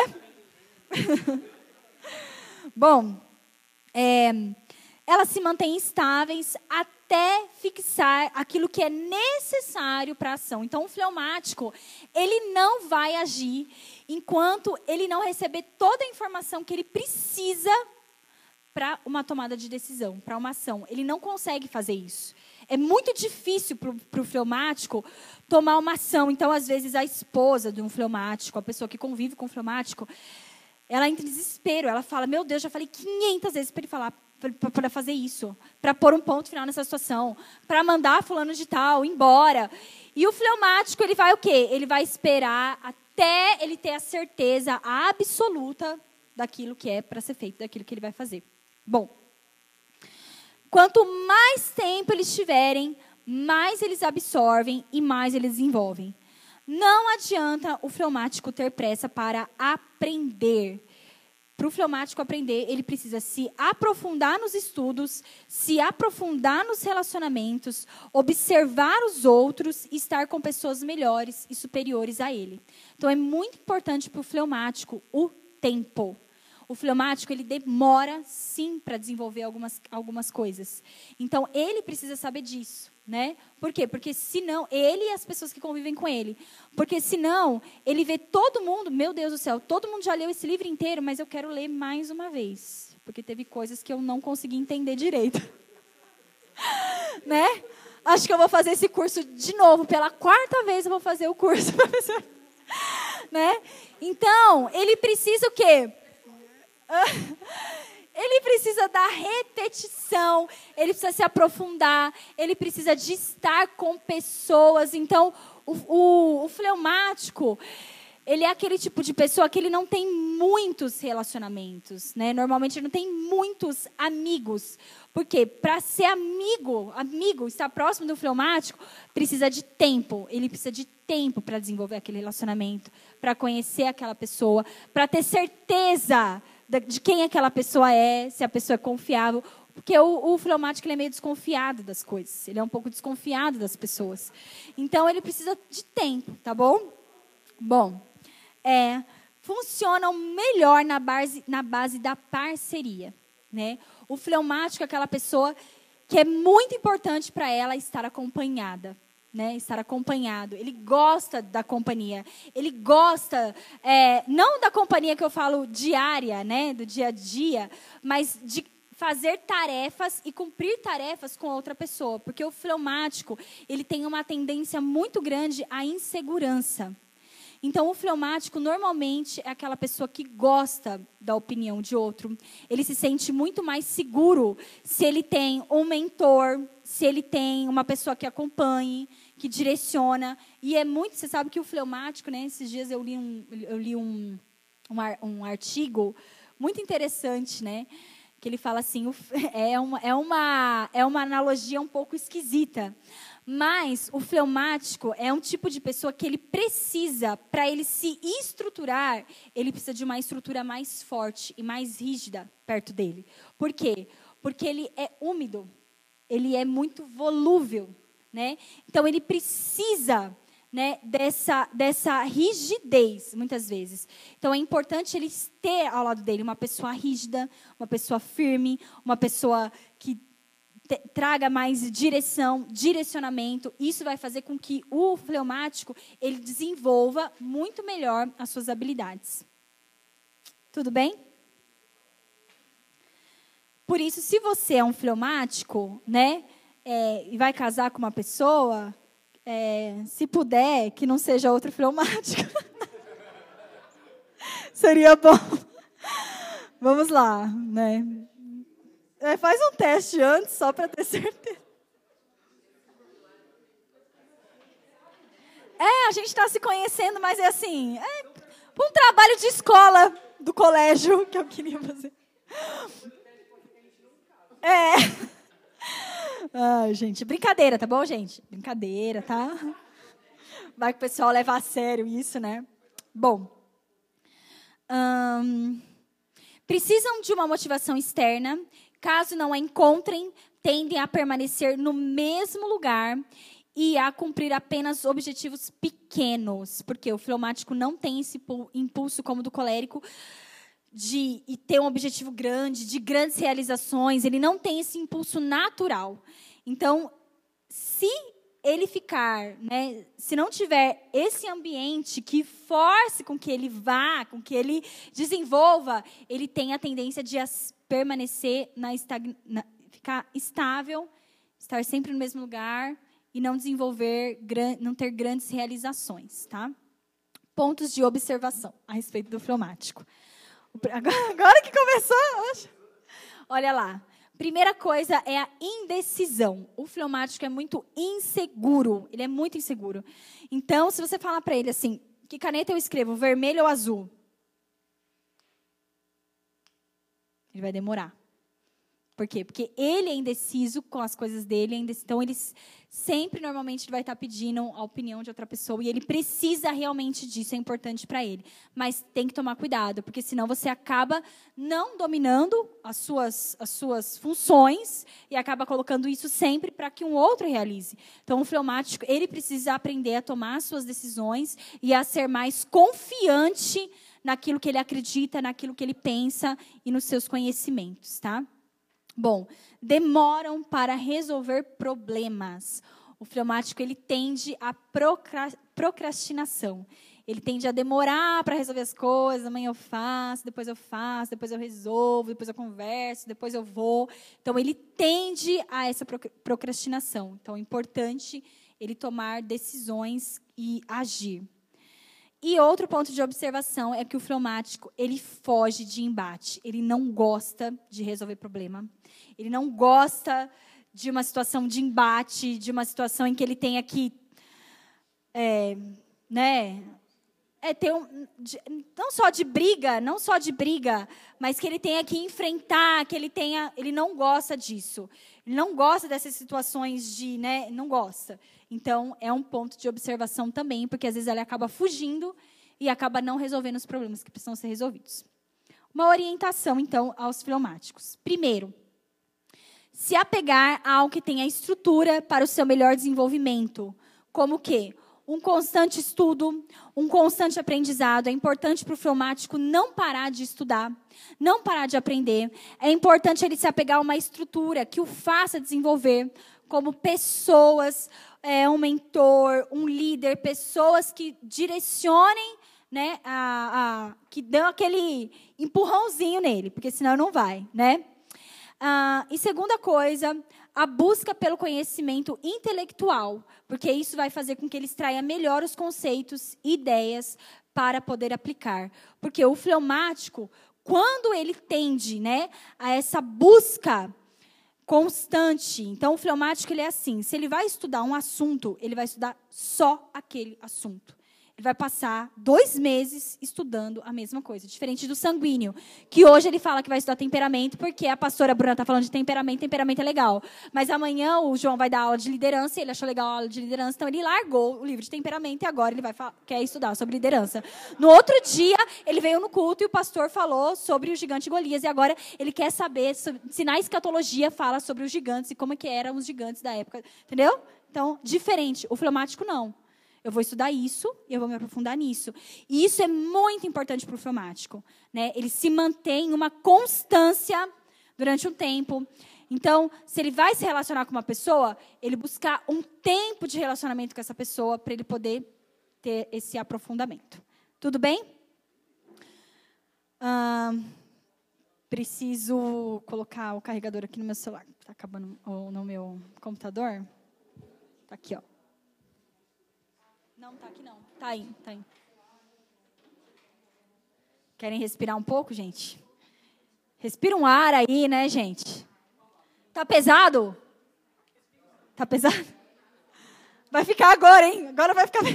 Bom, é, elas se mantêm estáveis até fixar aquilo que é necessário para a ação. Então, o fleumático, ele não vai agir enquanto ele não receber toda a informação que ele precisa para uma tomada de decisão, para uma ação. Ele não consegue fazer isso. É muito difícil para o fleumático tomar uma ação. Então, às vezes, a esposa de um fleumático, a pessoa que convive com o fleumático, ela entra em desespero. Ela fala, meu Deus, já falei quinhentas vezes para ele falar, para fazer isso, para pôr um ponto final nessa situação, para mandar fulano de tal embora. E o fleumático, ele vai o quê? Ele vai esperar até ele ter a certeza absoluta daquilo que é para ser feito, daquilo que ele vai fazer. Bom, quanto mais tempo eles tiverem, mais eles absorvem e mais eles desenvolvem. Não adianta o fleumático ter pressa para aprender. Para o fleumático aprender, ele precisa se aprofundar nos estudos, se aprofundar nos relacionamentos, observar os outros e estar com pessoas melhores e superiores a ele. Então, é muito importante para o fleumático o tempo. O fleumático, ele demora, sim, para desenvolver algumas, algumas coisas. Então, ele precisa saber disso, né? Por quê? Porque senão, ele e as pessoas que convivem com ele. Porque senão, ele vê todo mundo, meu Deus do céu, todo mundo já leu esse livro inteiro, mas eu quero ler mais uma vez. Porque teve coisas que eu não consegui entender direito. Né? Acho que eu vou fazer esse curso de novo. Pela quarta vez eu vou fazer o curso. Né? Então, ele precisa o quê? Ele precisa da repetição, ele precisa se aprofundar, ele precisa de estar com pessoas. Então, o, o, o fleumático, ele é aquele tipo de pessoa que ele não tem muitos relacionamentos, né? Normalmente ele não tem muitos amigos. Por quê? Para ser amigo, amigo, estar próximo do fleumático, precisa de tempo. Ele precisa de tempo para desenvolver aquele relacionamento, para conhecer aquela pessoa, para ter certeza de quem aquela pessoa é, se a pessoa é confiável. Porque o, o fleumático ele é meio desconfiado das coisas. Ele é um pouco desconfiado das pessoas. Então, ele precisa de tempo, tá bom? Bom, é, funcionam melhor na base, na base da parceria, né? O fleumático é aquela pessoa que é muito importante para ela estar acompanhada. Né, estar acompanhado. Ele gosta da companhia. Ele gosta, é, não da companhia que eu falo diária, né, do dia a dia, mas de fazer tarefas e cumprir tarefas com outra pessoa. Porque o fleumático, ele tem uma tendência muito grande à insegurança. Então, o fleumático, normalmente, é aquela pessoa que gosta da opinião de outro. Ele se sente muito mais seguro se ele tem um mentor, se ele tem uma pessoa que acompanhe, que direciona. E é muito... Você sabe que o fleumático, né? Esses dias eu li um, eu li um, um, ar, um artigo muito interessante, né? Que ele fala assim, é uma, é, uma, é uma analogia um pouco esquisita, mas o fleumático é um tipo de pessoa que ele precisa, para ele se estruturar, ele precisa de uma estrutura mais forte e mais rígida perto dele. Por quê? Porque ele é úmido, ele é muito volúvel, né? Então, ele precisa... Né, dessa, dessa rigidez, muitas vezes. Então, é importante ele ter ao lado dele uma pessoa rígida, uma pessoa firme, uma pessoa que te, traga mais direção, direcionamento. Isso vai fazer com que o fleumático ele desenvolva muito melhor as suas habilidades. Tudo bem? Por isso, se você é um fleumático, né, é, e vai casar com uma pessoa... É, se puder, que não seja outro fleumático. Seria bom. Vamos lá, né? É, faz um teste antes, só para ter certeza. É, a gente está se conhecendo, mas é assim, é um trabalho de escola do colégio que eu queria fazer. É... Ai, gente, brincadeira, tá bom, gente? Brincadeira, tá? Vai que o pessoal leva a sério isso, né? Bom, hum, precisam de uma motivação externa. Caso não a encontrem, tendem a permanecer no mesmo lugar e a cumprir apenas objetivos pequenos, porque o fleumático não tem esse impulso como o do colérico, de e ter um objetivo grande, de grandes realizações, ele não tem esse impulso natural. Então, se ele ficar, né, se não tiver esse ambiente que force com que ele vá, com que ele desenvolva, ele tem a tendência de as, permanecer, na, estagna, na ficar estável, estar sempre no mesmo lugar e não desenvolver, gran, não ter grandes realizações, tá? Pontos de observação a respeito do fleumático. Agora, agora que começou, olha lá. Primeira coisa é a indecisão. O fleumático é muito inseguro. Ele é muito inseguro. Então, se você falar para ele assim, que caneta eu escrevo, vermelho ou azul? Ele vai demorar. Por quê? Porque ele é indeciso com as coisas dele. É indeciso, então, ele sempre, normalmente, ele vai estar pedindo a opinião de outra pessoa. E ele precisa realmente disso, é importante para ele. Mas tem que tomar cuidado, porque senão você acaba não dominando as suas, as suas funções e acaba colocando isso sempre para que um outro realize. Então, o fleumático, ele precisa aprender a tomar as suas decisões e a ser mais confiante naquilo que ele acredita, naquilo que ele pensa e nos seus conhecimentos, tá? Bom, demoram para resolver problemas. O fleumático, ele tende à procrastinação. Ele tende a demorar para resolver as coisas. Amanhã eu faço, depois eu faço, depois eu resolvo, depois eu converso, depois eu vou. Então, ele tende a essa procrastinação. Então, é importante ele tomar decisões e agir. E outro ponto de observação é que o fleumático, ele foge de embate. Ele não gosta de resolver problema. Ele não gosta de uma situação de embate, de uma situação em que ele tenha que, é, né, é ter um, de, não só de briga, não só de briga, mas que ele tenha que enfrentar, que ele tenha, ele não gosta disso. Ele não gosta dessas situações de, né, não gosta. Então, é um ponto de observação também, porque às vezes ele acaba fugindo e acaba não resolvendo os problemas que precisam ser resolvidos. Uma orientação, então, aos fleumáticos. Primeiro, se apegar a algo que tenha estrutura para o seu melhor desenvolvimento. Como o quê? Um constante estudo, um constante aprendizado. É importante para o fleumático não parar de estudar, não parar de aprender. É importante ele se apegar a uma estrutura que o faça desenvolver, como pessoas, é, um mentor, um líder, pessoas que direcionem, né, a, a, que dão aquele empurrãozinho nele, porque senão não vai, né? Ah, e segunda coisa, a busca pelo conhecimento intelectual, porque isso vai fazer com que ele extraia melhor os conceitos e ideias para poder aplicar. Porque o fleumático, quando ele tende, né, a essa busca constante, então o fleumático ele é assim, se ele vai estudar um assunto, ele vai estudar só aquele assunto. Ele vai passar dois meses estudando a mesma coisa, diferente do sanguíneo, que hoje ele fala que vai estudar temperamento, porque a pastora Bruna está falando de temperamento, temperamento é legal. Mas amanhã o João vai dar aula de liderança, e ele achou legal a aula de liderança, então ele largou o livro de temperamento e agora ele vai quer estudar sobre liderança. No outro dia, ele veio no culto e o pastor falou sobre o gigante Golias, e agora ele quer saber, sobre, se na escatologia fala sobre os gigantes e como é que eram os gigantes da época, entendeu? Então, diferente. O fleumático não. Eu vou estudar isso e eu vou me aprofundar nisso. E isso é muito importante para o fleumático, né? Ele se mantém em uma constância durante um tempo. Então, se ele vai se relacionar com uma pessoa, ele buscar um tempo de relacionamento com essa pessoa para ele poder ter esse aprofundamento. Tudo bem? Ah, preciso colocar o carregador aqui no meu celular. Está acabando ou no meu computador? Está aqui, ó. Não, tá aqui não. Tá aí, tá aí. Querem respirar um pouco, gente? Respira um ar aí, né, gente? Tá pesado? Tá pesado? Vai ficar agora, hein? Agora vai ficar...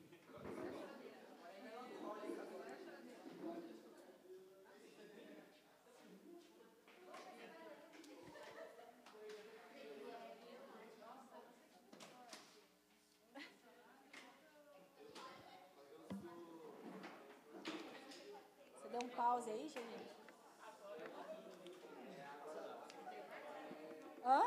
Um pause aí, gente. Hã?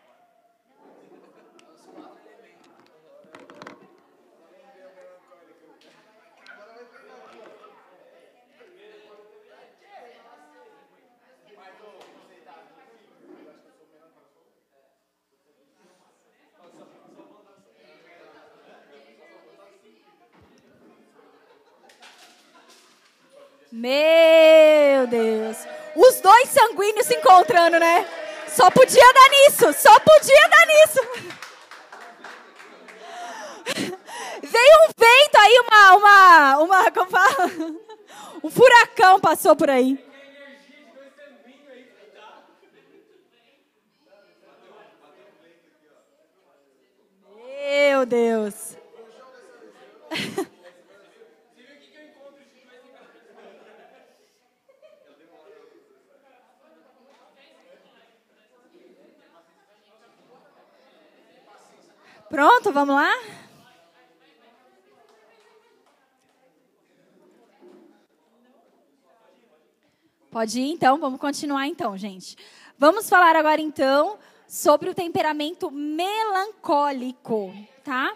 Meu Deus. Os dois sanguíneos se encontrando, né? Só podia dar nisso. Só podia dar nisso. Veio um vento aí, uma... uma, uma como fala? Um furacão passou por aí. Meu Deus. Pronto, vamos lá? Pode ir, então? Vamos continuar, então, gente. Vamos falar agora, então, sobre o temperamento melancólico, tá?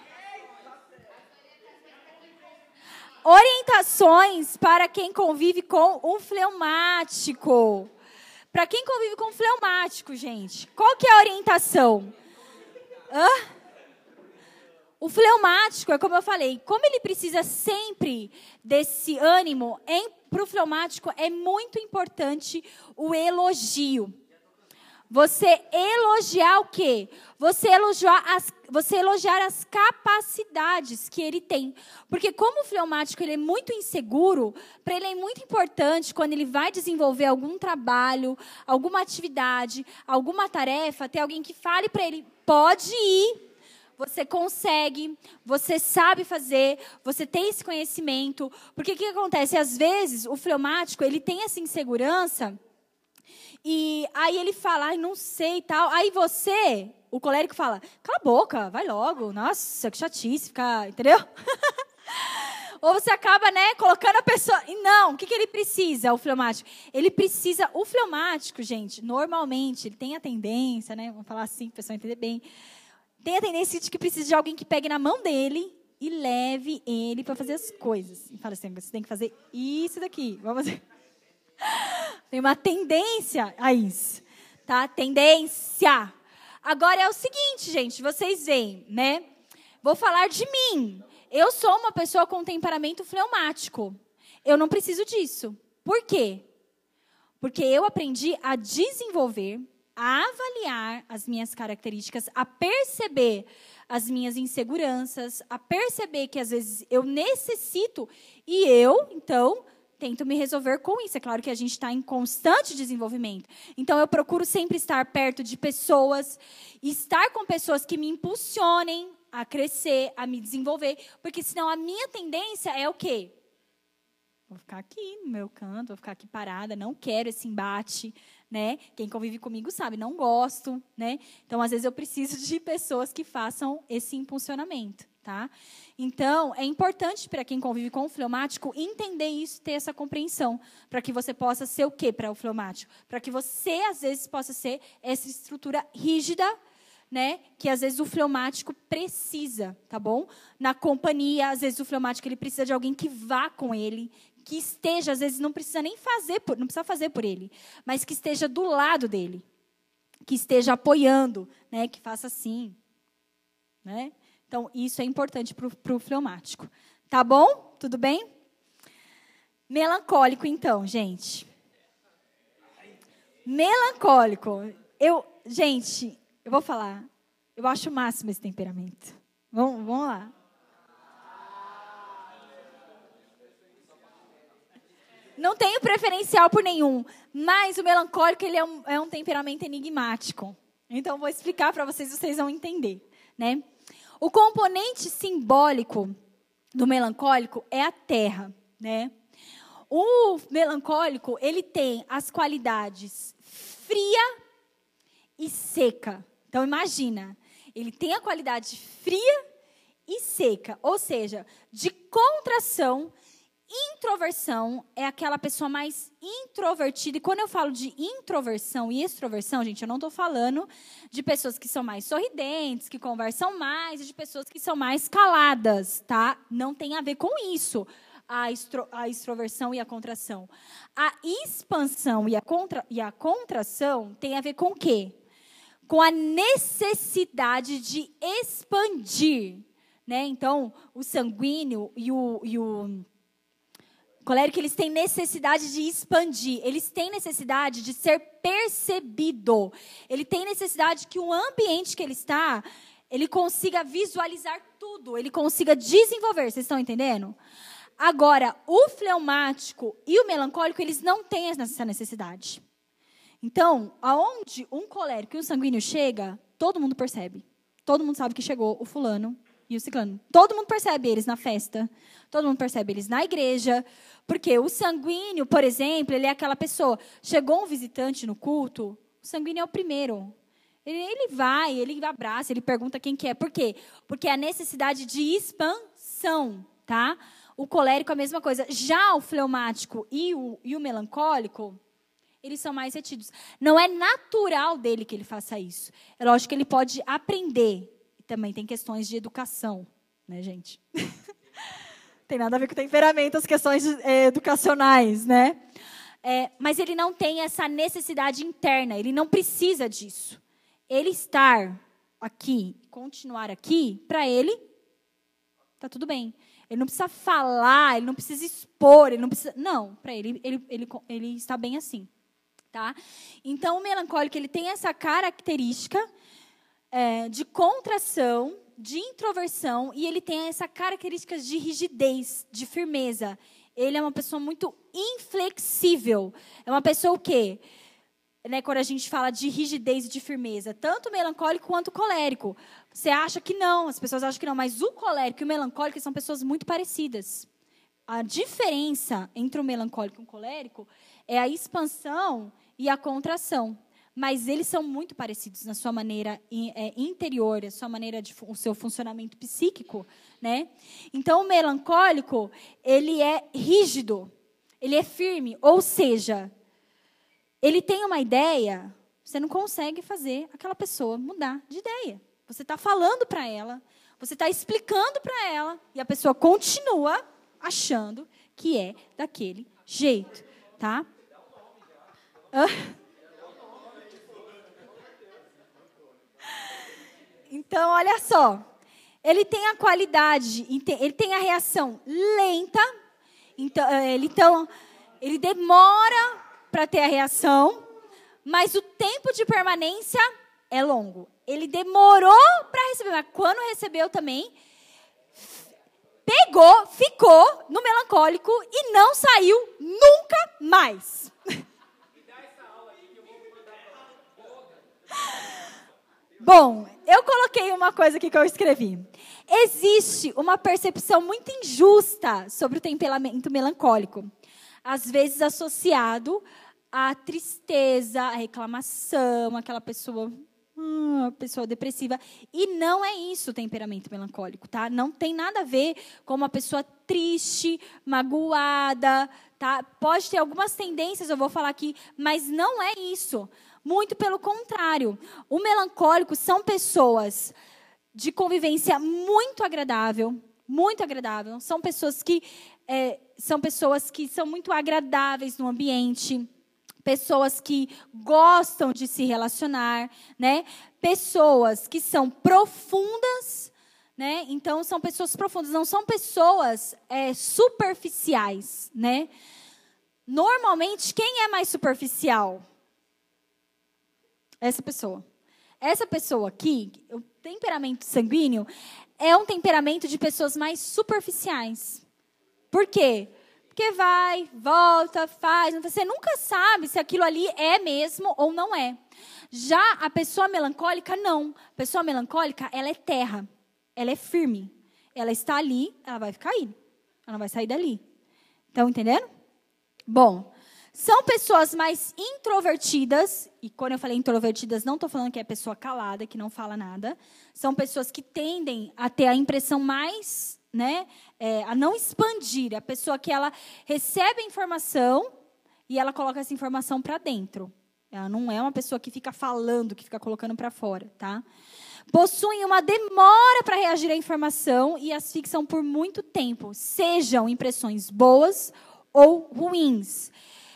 Orientações para quem convive com um fleumático. Para quem convive com um fleumático, gente, qual que é a orientação? Hã? O fleumático, é como eu falei, como ele precisa sempre desse ânimo, para o fleumático é muito importante o elogio. Você elogiar o quê? Você elogiar, as, você elogiar as capacidades que ele tem. Porque como o fleumático ele é muito inseguro, para ele é muito importante, quando ele vai desenvolver algum trabalho, alguma atividade, alguma tarefa, ter alguém que fale para ele, pode ir. Você consegue, você sabe fazer, você tem esse conhecimento. Porque o que acontece? Às vezes, o fleumático, ele tem essa insegurança, e aí ele fala, ai, não sei e tal. Aí você, o colérico, fala, cala a boca, vai logo. Nossa, que chatice, ficar, entendeu? Ou você acaba, né, colocando a pessoa... E não, o que, que ele precisa, o fleumático? Ele precisa... O fleumático, gente, normalmente, ele tem a tendência, né, vamos falar assim, para a pessoa entender bem... Tem a tendência de que precisa de alguém que pegue na mão dele e leve ele para fazer as coisas. E fala assim, você tem que fazer isso daqui. Vamos fazer. Tem uma tendência a isso. Tá? Tendência. Agora é o seguinte, gente. Vocês veem, né? Vou falar de mim. Eu sou uma pessoa com temperamento fleumático. Eu não preciso disso. Por quê? Porque eu aprendi a desenvolver a avaliar as minhas características, a perceber as minhas inseguranças, a perceber que, às vezes, eu necessito e eu, então, tento me resolver com isso. É claro que a gente está em constante desenvolvimento. Então, eu procuro sempre estar perto de pessoas, estar com pessoas que me impulsionem a crescer, a me desenvolver, porque senão a minha tendência é o quê? Vou ficar aqui no meu canto, vou ficar aqui parada, não quero esse embate, né? Quem convive comigo sabe, não gosto, né? Então, às vezes, eu preciso de pessoas que façam esse impulsionamento, tá? Então, é importante para quem convive com o fleumático entender isso, ter essa compreensão, para que você possa ser o quê para o fleumático? Para que você, às vezes, possa ser essa estrutura rígida, né, que às vezes o fleumático precisa, tá bom? Na companhia, às vezes o fleumático ele precisa de alguém que vá com ele, que esteja, às vezes não precisa nem fazer, por, não precisa fazer por ele, mas que esteja do lado dele, que esteja apoiando, né, que faça assim, né? Então isso é importante para o fleumático, tá bom? Tudo bem? Melancólico, então, gente. Melancólico, eu, gente. Eu vou falar, eu acho o máximo esse temperamento. Vamos, vamos lá. Não tenho preferencial por nenhum, mas o melancólico ele é, um, é um temperamento enigmático. Então, vou explicar para vocês, vocês vão entender, né? O componente simbólico do melancólico é a terra, né? O melancólico, ele tem as qualidades fria e seca. Então, imagina, ele tem a qualidade fria e seca, ou seja, de contração, introversão, é aquela pessoa mais introvertida. E quando eu falo de introversão e extroversão, gente, eu não estou falando de pessoas que são mais sorridentes, que conversam mais, e de pessoas que são mais caladas, tá? Não tem a ver com isso, a, extro, a extroversão e a contração. A expansão e a, contra, e a contração tem a ver com o quê? Com a necessidade de expandir, né? Então, o sanguíneo e o, e o colérico, eles têm necessidade de expandir, eles têm necessidade de ser percebido, ele tem necessidade que o ambiente que ele está, ele consiga visualizar tudo, ele consiga desenvolver, vocês estão entendendo? Agora, o fleumático e o melancólico, eles não têm essa necessidade. Então, aonde um colérico e um sanguíneo chega, todo mundo percebe. Todo mundo sabe que chegou o fulano e o ciclano. Todo mundo percebe eles na festa. Todo mundo percebe eles na igreja. Porque o sanguíneo, por exemplo, ele é aquela pessoa. Chegou um visitante no culto, o sanguíneo é o primeiro. Ele, ele vai, ele abraça, ele pergunta quem que é. Por quê? Porque é a necessidade de expansão, tá? O colérico é a mesma coisa. Já o fleumático e o, e o melancólico, eles são mais retidos. Não é natural dele que ele faça isso. É lógico que ele pode aprender. E também tem questões de educação, né, gente? Tem nada a ver com temperamento, as questões é, educacionais, né? É, mas ele não tem essa necessidade interna, ele não precisa disso. Ele estar aqui, continuar aqui, para ele, tá tudo bem. Ele não precisa falar, ele não precisa expor, ele não precisa... Não, para ele, ele, ele, ele está bem assim. Tá? Então, o melancólico ele tem essa característica é, de contração, de introversão, e ele tem essa característica de rigidez, de firmeza. Ele é uma pessoa muito inflexível. É uma pessoa o quê? Né, quando a gente fala de rigidez e de firmeza, tanto o melancólico quanto o colérico. Você acha que não, as pessoas acham que não, mas o colérico e o melancólico são pessoas muito parecidas. A diferença entre o melancólico e o colérico é a expansão e a contração. Mas eles são muito parecidos na sua maneira interior, a sua maneira de o seu funcionamento psíquico, né? Então, o melancólico, ele é rígido, ele é firme, ou seja, ele tem uma ideia, você não consegue fazer aquela pessoa mudar de ideia. Você está falando para ela, você está explicando para ela, e a pessoa continua achando que é daquele jeito, tá? Hã? Então, olha só. Ele tem a qualidade, ele tem a reação lenta. Então, ele, então, ele demora para ter a reação, mas o tempo de permanência é longo. Ele demorou para receber, mas quando recebeu também, pegou, ficou no melancólico e não saiu nunca mais. Bom, eu coloquei uma coisa aqui que eu escrevi. Existe uma percepção muito injusta sobre o temperamento melancólico, às vezes associado à tristeza, à reclamação, aquela pessoa, hum, pessoa depressiva. E não é isso o temperamento melancólico, tá? Não tem nada a ver com uma pessoa triste, magoada, tá? Pode ter algumas tendências, eu vou falar aqui, mas não é isso. Muito pelo contrário. O melancólico são pessoas de convivência muito agradável, muito agradável. São pessoas que é, são pessoas que são muito agradáveis no ambiente, pessoas que gostam de se relacionar, né? Pessoas que são profundas, né? Então são pessoas profundas, não são pessoas é, superficiais, né? Normalmente, quem é mais superficial? Essa pessoa. Essa pessoa aqui, o temperamento sanguíneo, é um temperamento de pessoas mais superficiais. Por quê? Porque vai, volta, faz. Você nunca sabe se aquilo ali é mesmo ou não é. Já a pessoa melancólica, não. A pessoa melancólica, ela é terra. Ela é firme. Ela está ali, ela vai ficar aí. Ela não vai sair dali. Estão entendendo? Bom, são pessoas mais introvertidas, e quando eu falei introvertidas, não estou falando que é pessoa calada, que não fala nada. São pessoas que tendem a ter a impressão mais, né, é, a não expandir. A pessoa que ela recebe a informação e ela coloca essa informação para dentro. Ela não é uma pessoa que fica falando, que fica colocando para fora, tá? Possuem uma demora para reagir à informação e as fixam por muito tempo, sejam impressões boas ou ruins.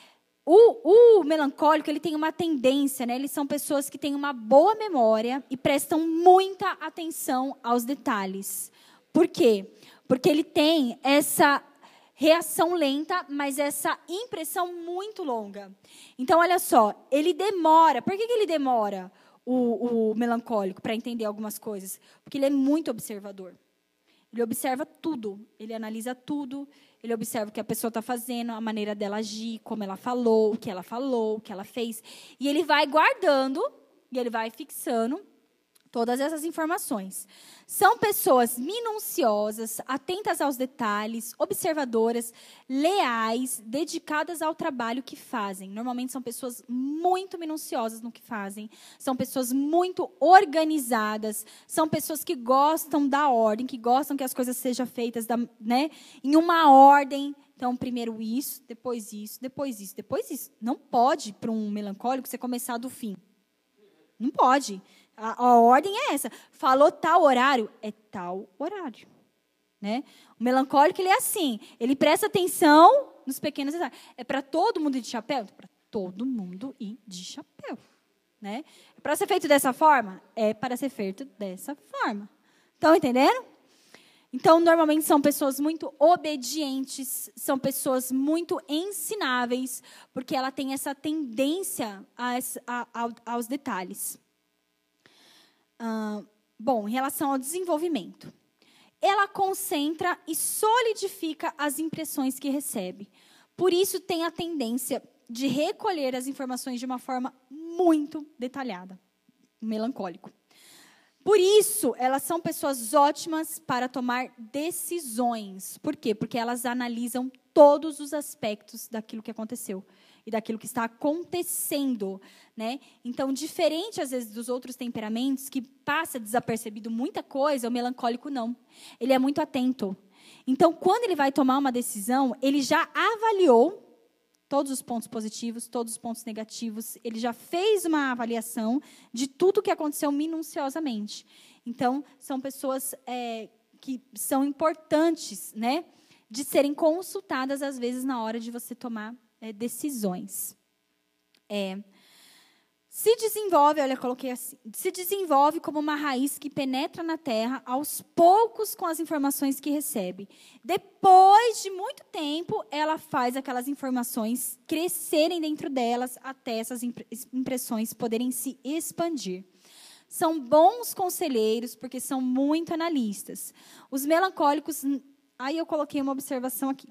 O, o melancólico, ele tem uma tendência, né? Eles são pessoas que têm uma boa memória e prestam muita atenção aos detalhes. Por quê? Porque ele tem essa reação lenta, mas essa impressão muito longa. Então, olha só, ele demora. Por que, que ele demora, o, o melancólico, para entender algumas coisas? Porque ele é muito observador. Ele observa tudo, ele analisa tudo, ele observa o que a pessoa está fazendo, a maneira dela agir, como ela falou, o que ela falou, o que ela fez. E ele vai guardando, e ele vai fixando todas essas informações. São pessoas minuciosas, atentas aos detalhes, observadoras, leais, dedicadas ao trabalho que fazem. Normalmente são pessoas muito minuciosas no que fazem, são pessoas muito organizadas, são pessoas que gostam da ordem, que gostam que as coisas sejam feitas da, né, em uma ordem. Então, primeiro isso, depois isso, depois isso, depois isso. Não pode, para um melancólico, você começar do fim. Não pode. A, a ordem é essa. Falou tal horário, é tal horário. Né? O melancólico, ele é assim. Ele presta atenção nos pequenos detalhes. É para todo mundo ir de chapéu? Para todo mundo ir de chapéu. Né? É para ser feito dessa forma? É para ser feito dessa forma. Estão entendendo? Então, normalmente, são pessoas muito obedientes, são pessoas muito ensináveis, porque ela tem essa tendência a, a, a, aos detalhes. Ah, bom, em relação ao desenvolvimento. Ela concentra e solidifica as impressões que recebe. Por isso, tem a tendência de recolher as informações de uma forma muito detalhada. Melancólico. Por isso, elas são pessoas ótimas para tomar decisões. Por quê? Porque elas analisam todos os aspectos daquilo que aconteceu e daquilo que está acontecendo, né? Então, diferente, às vezes, dos outros temperamentos, que passa desapercebido muita coisa, o melancólico não. Ele é muito atento. Então, quando ele vai tomar uma decisão, ele já avaliou todos os pontos positivos, todos os pontos negativos. Ele já fez uma avaliação de tudo o que aconteceu minuciosamente. Então, são pessoas é, que são importantes, né, de serem consultadas, às vezes, na hora de você tomar é, decisões. É, Se desenvolve, olha, eu coloquei assim, se desenvolve como uma raiz que penetra na terra aos poucos com as informações que recebe. Depois de muito tempo, ela faz aquelas informações crescerem dentro delas até essas impressões poderem se expandir. São bons conselheiros porque são muito analistas. Os melancólicos, aí eu coloquei uma observação aqui.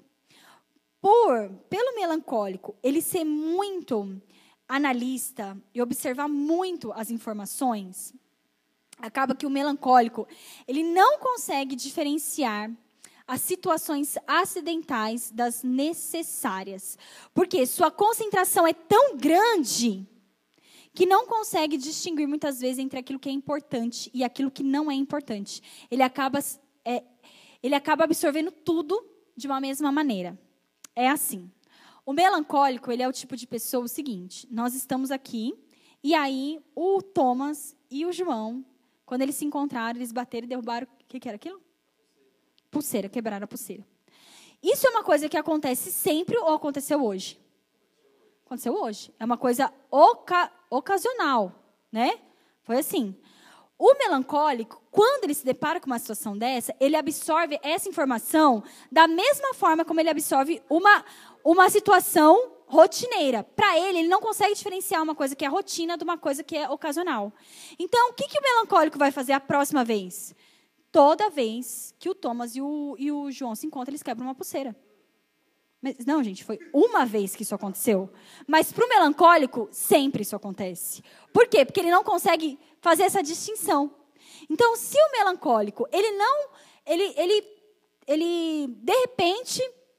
Por, pelo melancólico, ele ser muito analista e observar muito as informações, acaba que o melancólico, ele não consegue diferenciar as situações acidentais das necessárias. Porque sua concentração é tão grande que não consegue distinguir muitas vezes entre aquilo que é importante e aquilo que não é importante. Ele acaba, é, ele acaba absorvendo tudo de uma mesma maneira. É assim. O melancólico, ele é o tipo de pessoa o seguinte, nós estamos aqui, e aí o Thomas e o João, quando eles se encontraram, eles bateram e derrubaram, o que, que era aquilo? Pulseira, quebraram a pulseira. Isso é uma coisa que acontece sempre ou aconteceu hoje? Aconteceu hoje. É uma coisa oca ocasional, né? Foi assim. O melancólico, quando ele se depara com uma situação dessa, ele absorve essa informação da mesma forma como ele absorve uma, uma situação rotineira. Para ele, ele não consegue diferenciar uma coisa que é rotina de uma coisa que é ocasional. Então, o que, que o melancólico vai fazer a próxima vez? Toda vez que o Thomas e o, e o João se encontram, eles quebram uma pulseira. Mas, não, gente, foi uma vez que isso aconteceu. Mas para o melancólico, sempre isso acontece. Por quê? Porque ele não consegue fazer essa distinção. Então, se o melancólico, ele não, ele, ele, ele, de repente,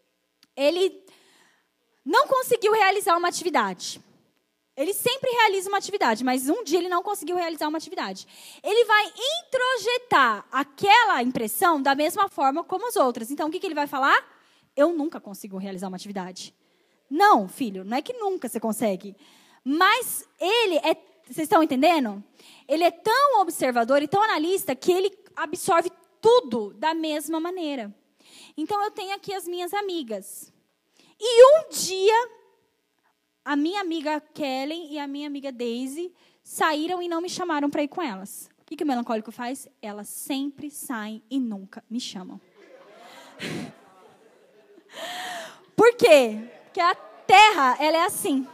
ele não conseguiu realizar uma atividade. Ele sempre realiza uma atividade, mas um dia ele não conseguiu realizar uma atividade. Ele vai introjetar aquela impressão da mesma forma como as outras. Então, o que, que ele vai falar? Eu nunca consigo realizar uma atividade. Não, filho, não é que nunca você consegue. Mas ele é, vocês estão entendendo? Ele é tão observador e tão analista que ele absorve tudo da mesma maneira. Então, eu tenho aqui as minhas amigas. E um dia, a minha amiga Kellen e a minha amiga Daisy saíram e não me chamaram para ir com elas. O que, que o melancólico faz? Elas sempre saem e nunca me chamam. Por quê? Porque a Terra, ela é assim.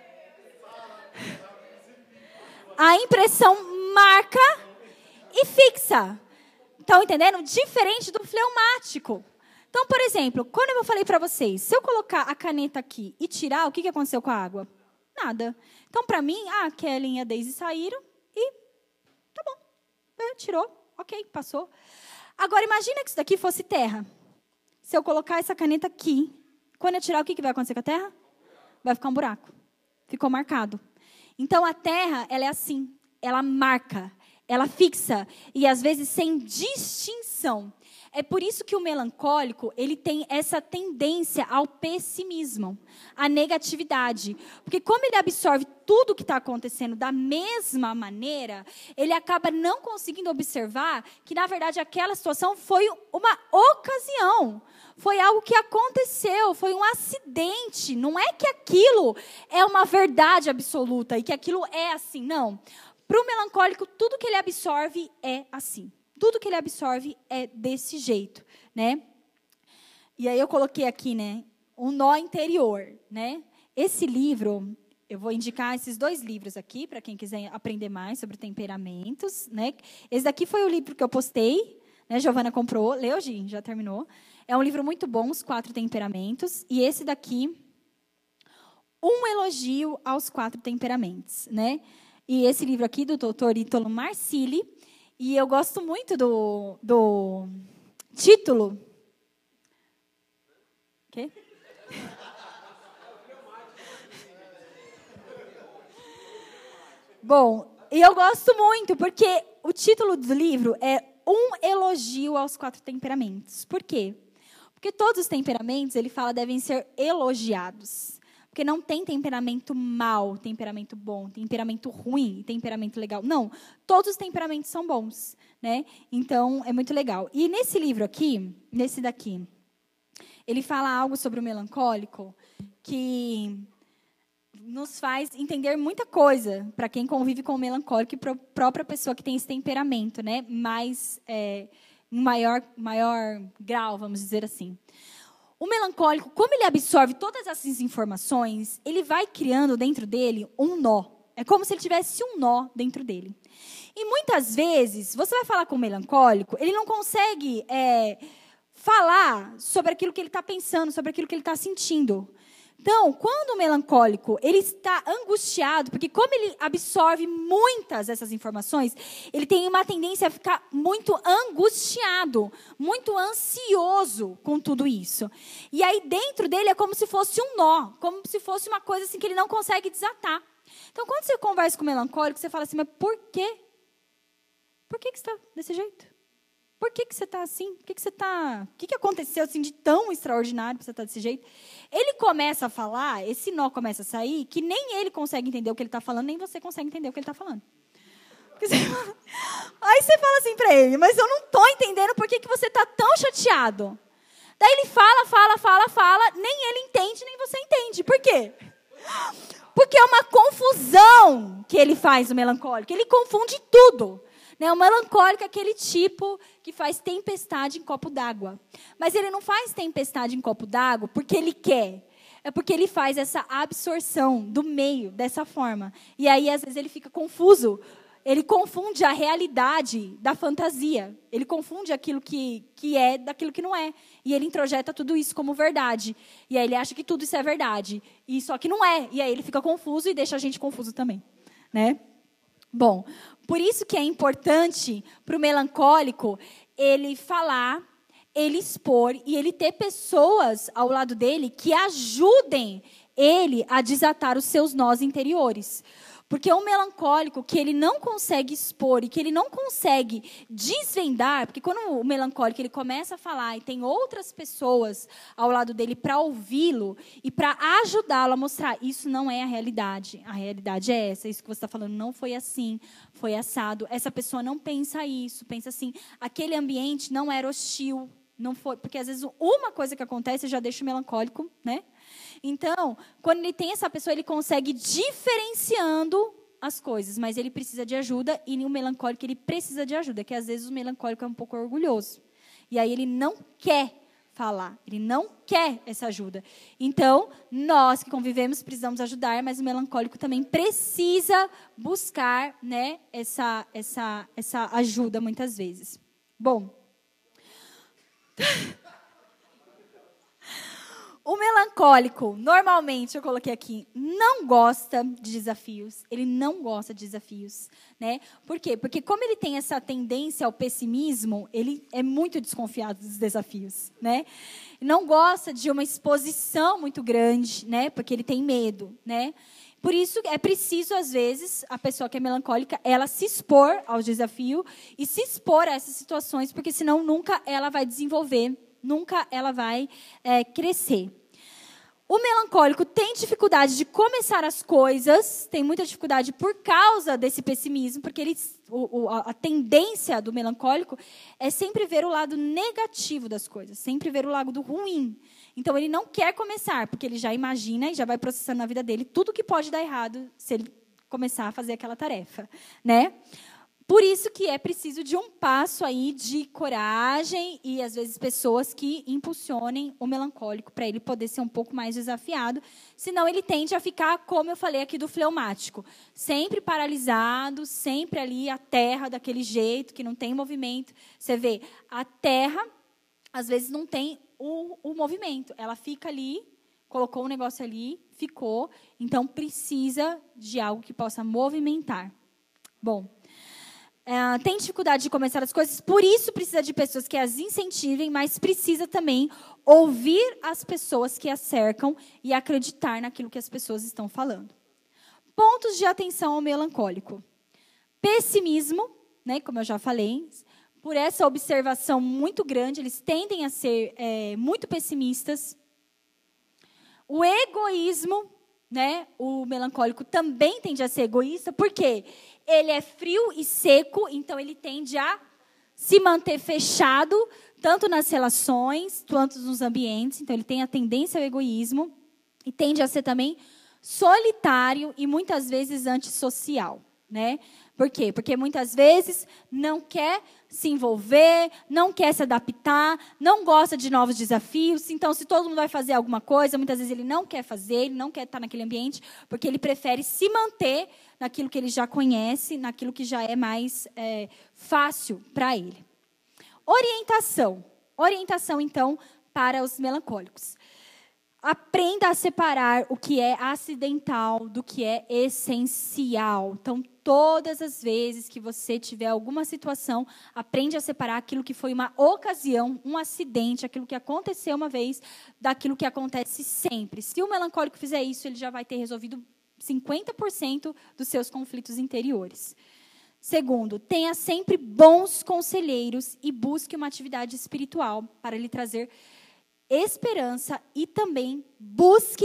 A impressão marca e fixa. Estão entendendo? Diferente do fleumático. Então, por exemplo, quando eu falei para vocês, se eu colocar a caneta aqui e tirar, o que, que aconteceu com a água? Nada. Então, para mim, a Kellen e a Daisy saíram e tá bom. É, tirou, ok, passou. Agora, imagina que isso daqui fosse terra. Se eu colocar essa caneta aqui, quando eu tirar, o que, que vai acontecer com a terra? Vai ficar um buraco. Ficou marcado. Então, a terra, ela é assim. Ela marca, ela fixa. E, às vezes, sem distinção. É por isso que o melancólico, ele tem essa tendência ao pessimismo, à negatividade. Porque como ele absorve tudo o que está acontecendo da mesma maneira, ele acaba não conseguindo observar que, na verdade, aquela situação foi uma ocasião. Foi algo que aconteceu, foi um acidente. Não é que aquilo é uma verdade absoluta e que aquilo é assim, não. Para o melancólico, tudo que ele absorve é assim. Tudo que ele absorve é desse jeito, né? E aí eu coloquei aqui, né, um nó interior, né? Esse livro, eu vou indicar esses dois livros aqui para quem quiser aprender mais sobre temperamentos, né? Esse daqui foi o livro que eu postei, né? Giovana comprou, leu, Gi? Já terminou. É um livro muito bom, Os Quatro Temperamentos. E esse daqui, Um Elogio aos Quatro Temperamentos, né? E esse livro aqui do doutor Ítalo Marcilli. E eu gosto muito do, do título. Quê? Bom, e eu gosto muito, porque o título do livro é Um Elogio aos Quatro Temperamentos. Por quê? Porque todos os temperamentos, ele fala, devem ser elogiados. Porque não tem temperamento mau, temperamento bom, temperamento ruim, temperamento legal. Não, todos os temperamentos são bons, né? Então, é muito legal. E nesse livro aqui, nesse daqui, ele fala algo sobre o melancólico que nos faz entender muita coisa para quem convive com o melancólico e para a própria pessoa que tem esse temperamento, né? Mais, é, em maior, maior grau, vamos dizer assim. O melancólico, como ele absorve todas essas informações, ele vai criando dentro dele um nó. É como se ele tivesse um nó dentro dele. E muitas vezes, você vai falar com o melancólico, ele não consegue é, falar sobre aquilo que ele está pensando, sobre aquilo que ele está sentindo. Então, quando o melancólico ele está angustiado, porque como ele absorve muitas dessas informações, ele tem uma tendência a ficar muito angustiado, muito ansioso com tudo isso. E aí dentro dele é como se fosse um nó, como se fosse uma coisa assim que ele não consegue desatar. Então, quando você conversa com o melancólico, você fala assim, mas por quê? Por que, que você está desse jeito? Por que, que você está assim? Por que, que você está... O que, que aconteceu assim, de tão extraordinário para você estar desse jeito? Ele começa a falar, esse nó começa a sair, que nem ele consegue entender o que ele está falando, nem você consegue entender o que ele está falando. Você fala... Aí você fala assim para ele, mas eu não estou entendendo por que, que você está tão chateado. Daí ele fala, fala, fala, fala, nem ele entende, nem você entende. Por quê? Porque é uma confusão que ele faz, o melancólico. Ele confunde tudo. Né? O melancólico é aquele tipo que faz tempestade em copo d'água. Mas ele não faz tempestade em copo d'água porque ele quer. É porque ele faz essa absorção do meio dessa forma. E aí, às vezes, ele fica confuso. Ele confunde a realidade da fantasia. Ele confunde aquilo que, que é daquilo que não é. E ele introjeta tudo isso como verdade. E aí ele acha que tudo isso é verdade. E só que não é. E aí ele fica confuso e deixa a gente confuso também. Né? Bom, por isso que é importante para o melancólico ele falar, ele expor e ele ter pessoas ao lado dele que ajudem ele a desatar os seus nós interiores. Porque um melancólico que ele não consegue expor e que ele não consegue desvendar, porque quando o melancólico ele começa a falar e tem outras pessoas ao lado dele para ouvi-lo e para ajudá-lo a mostrar, isso não é a realidade, a realidade é essa, isso que você está falando não foi assim, foi assado, essa pessoa não pensa isso, pensa assim, aquele ambiente não era hostil, não foi, porque às vezes uma coisa que acontece já deixa o melancólico, né? Então, quando ele tem essa pessoa, ele consegue diferenciando as coisas, mas ele precisa de ajuda e o melancólico ele precisa de ajuda, que às vezes o melancólico é um pouco orgulhoso. E aí ele não quer falar, ele não quer essa ajuda. Então, nós que convivemos precisamos ajudar, mas o melancólico também precisa buscar, né, essa, essa, essa ajuda muitas vezes. Bom... O melancólico, normalmente, eu coloquei aqui, não gosta de desafios. Ele não gosta de desafios, né? Por quê? Porque como ele tem essa tendência ao pessimismo, ele é muito desconfiado dos desafios, né? Não gosta de uma exposição muito grande, né? Porque ele tem medo, né? Por isso, é preciso, às vezes, a pessoa que é melancólica, ela se expor ao desafio e se expor a essas situações, porque senão nunca ela vai desenvolver, nunca ela vai é, crescer. O melancólico tem dificuldade de começar as coisas, tem muita dificuldade por causa desse pessimismo, porque ele, o, a tendência do melancólico é sempre ver o lado negativo das coisas, sempre ver o lado ruim. Então, ele não quer começar, porque ele já imagina e já vai processando na vida dele tudo que pode dar errado se ele começar a fazer aquela tarefa, né? Por isso que é preciso de um passo aí de coragem e, às vezes, pessoas que impulsionem o melancólico para ele poder ser um pouco mais desafiado. Senão, ele tende a ficar, como eu falei aqui do fleumático, sempre paralisado, sempre ali a terra daquele jeito, que não tem movimento. Você vê, a terra, às vezes, não tem o, o movimento. Ela fica ali, colocou um negócio ali, ficou. Então, precisa de algo que possa movimentar. Bom... Uh, tem dificuldade de começar as coisas, por isso precisa de pessoas que as incentivem, mas precisa também ouvir as pessoas que as cercam e acreditar naquilo que as pessoas estão falando. Pontos de atenção ao melancólico. Pessimismo, né, como eu já falei, por essa observação muito grande, eles tendem a ser é, muito pessimistas. O egoísmo, né, o melancólico também tende a ser egoísta, por quê? Ele é frio e seco, então ele tende a se manter fechado, tanto nas relações, quanto nos ambientes. Então, ele tem a tendência ao egoísmo e tende a ser também solitário e muitas vezes antissocial, né? Por quê? Porque muitas vezes não quer se envolver, não quer se adaptar, não gosta de novos desafios. Então, se todo mundo vai fazer alguma coisa, muitas vezes ele não quer fazer, ele não quer estar naquele ambiente, porque ele prefere se manter naquilo que ele já conhece, naquilo que já é mais é, fácil para ele. Orientação. Orientação, então, para os melancólicos. Aprenda a separar o que é acidental do que é essencial. Então, todas as vezes que você tiver alguma situação, aprende a separar aquilo que foi uma ocasião, um acidente, aquilo que aconteceu uma vez, daquilo que acontece sempre. Se o melancólico fizer isso, ele já vai ter resolvido cinquenta por cento dos seus conflitos interiores. Segundo, tenha sempre bons conselheiros e busque uma atividade espiritual para lhe trazer esperança e também busque,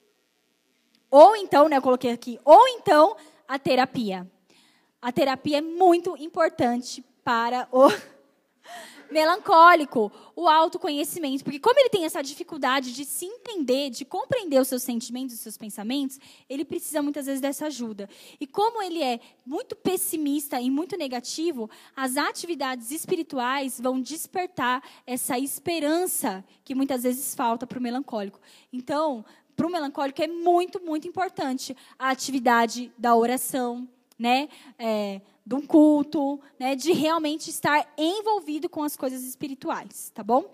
ou então, né, eu coloquei aqui, ou então a terapia. A terapia é muito importante para o melancólico, o autoconhecimento, porque como ele tem essa dificuldade de se entender, de compreender os seus sentimentos, os seus pensamentos, ele precisa muitas vezes dessa ajuda. E como ele é muito pessimista e muito negativo, as atividades espirituais vão despertar essa esperança que muitas vezes falta para o melancólico. Então, para o melancólico é muito, muito importante a atividade da oração, né? É, de um culto, né, de realmente estar envolvido com as coisas espirituais, tá bom?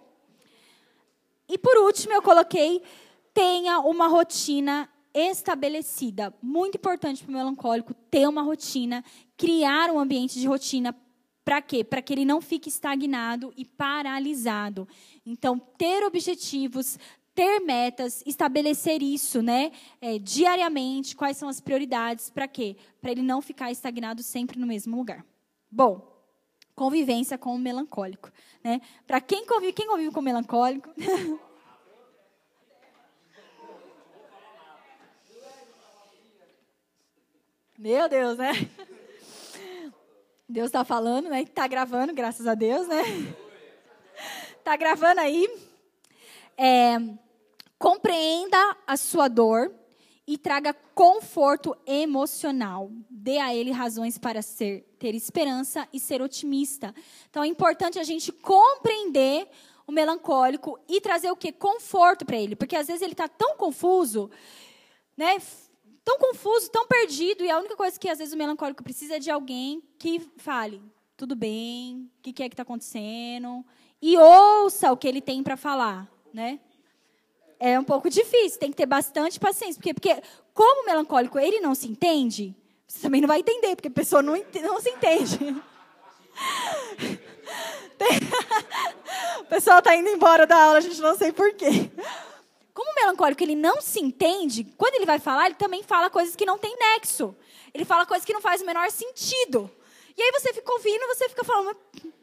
E por último, eu coloquei, tenha uma rotina estabelecida. Muito importante para o melancólico ter uma rotina, criar um ambiente de rotina. Para quê? Para que ele não fique estagnado e paralisado. Então, ter objetivos, ter metas, estabelecer isso, né, é, diariamente, quais são as prioridades, para quê? Para ele não ficar estagnado sempre no mesmo lugar. Bom, convivência com o melancólico, né? Para quem convive, quem convive com o melancólico? Meu Deus, né? Deus está falando, né? Está gravando, graças a Deus, né? Está gravando aí. É, compreenda a sua dor e traga conforto emocional. Dê a ele razões para ser, ter esperança e ser otimista. Então, é importante a gente compreender o melancólico e trazer o quê? Conforto para ele. Porque, às vezes, ele está tão confuso, né? Tão confuso, tão perdido. E a única coisa que, às vezes, o melancólico precisa é de alguém que fale, tudo bem, o que, que é que está acontecendo? E ouça o que ele tem para falar, né? É um pouco difícil, tem que ter bastante paciência. Porque, porque como o melancólico ele não se entende, você também não vai entender, porque a pessoa não, não se entende. Tem... O pessoal está indo embora da aula, a gente não sei por quê. Como o melancólico ele não se entende, quando ele vai falar, ele também fala coisas que não tem nexo. Ele fala coisas que não fazem o menor sentido. E aí você fica ouvindo, você fica falando...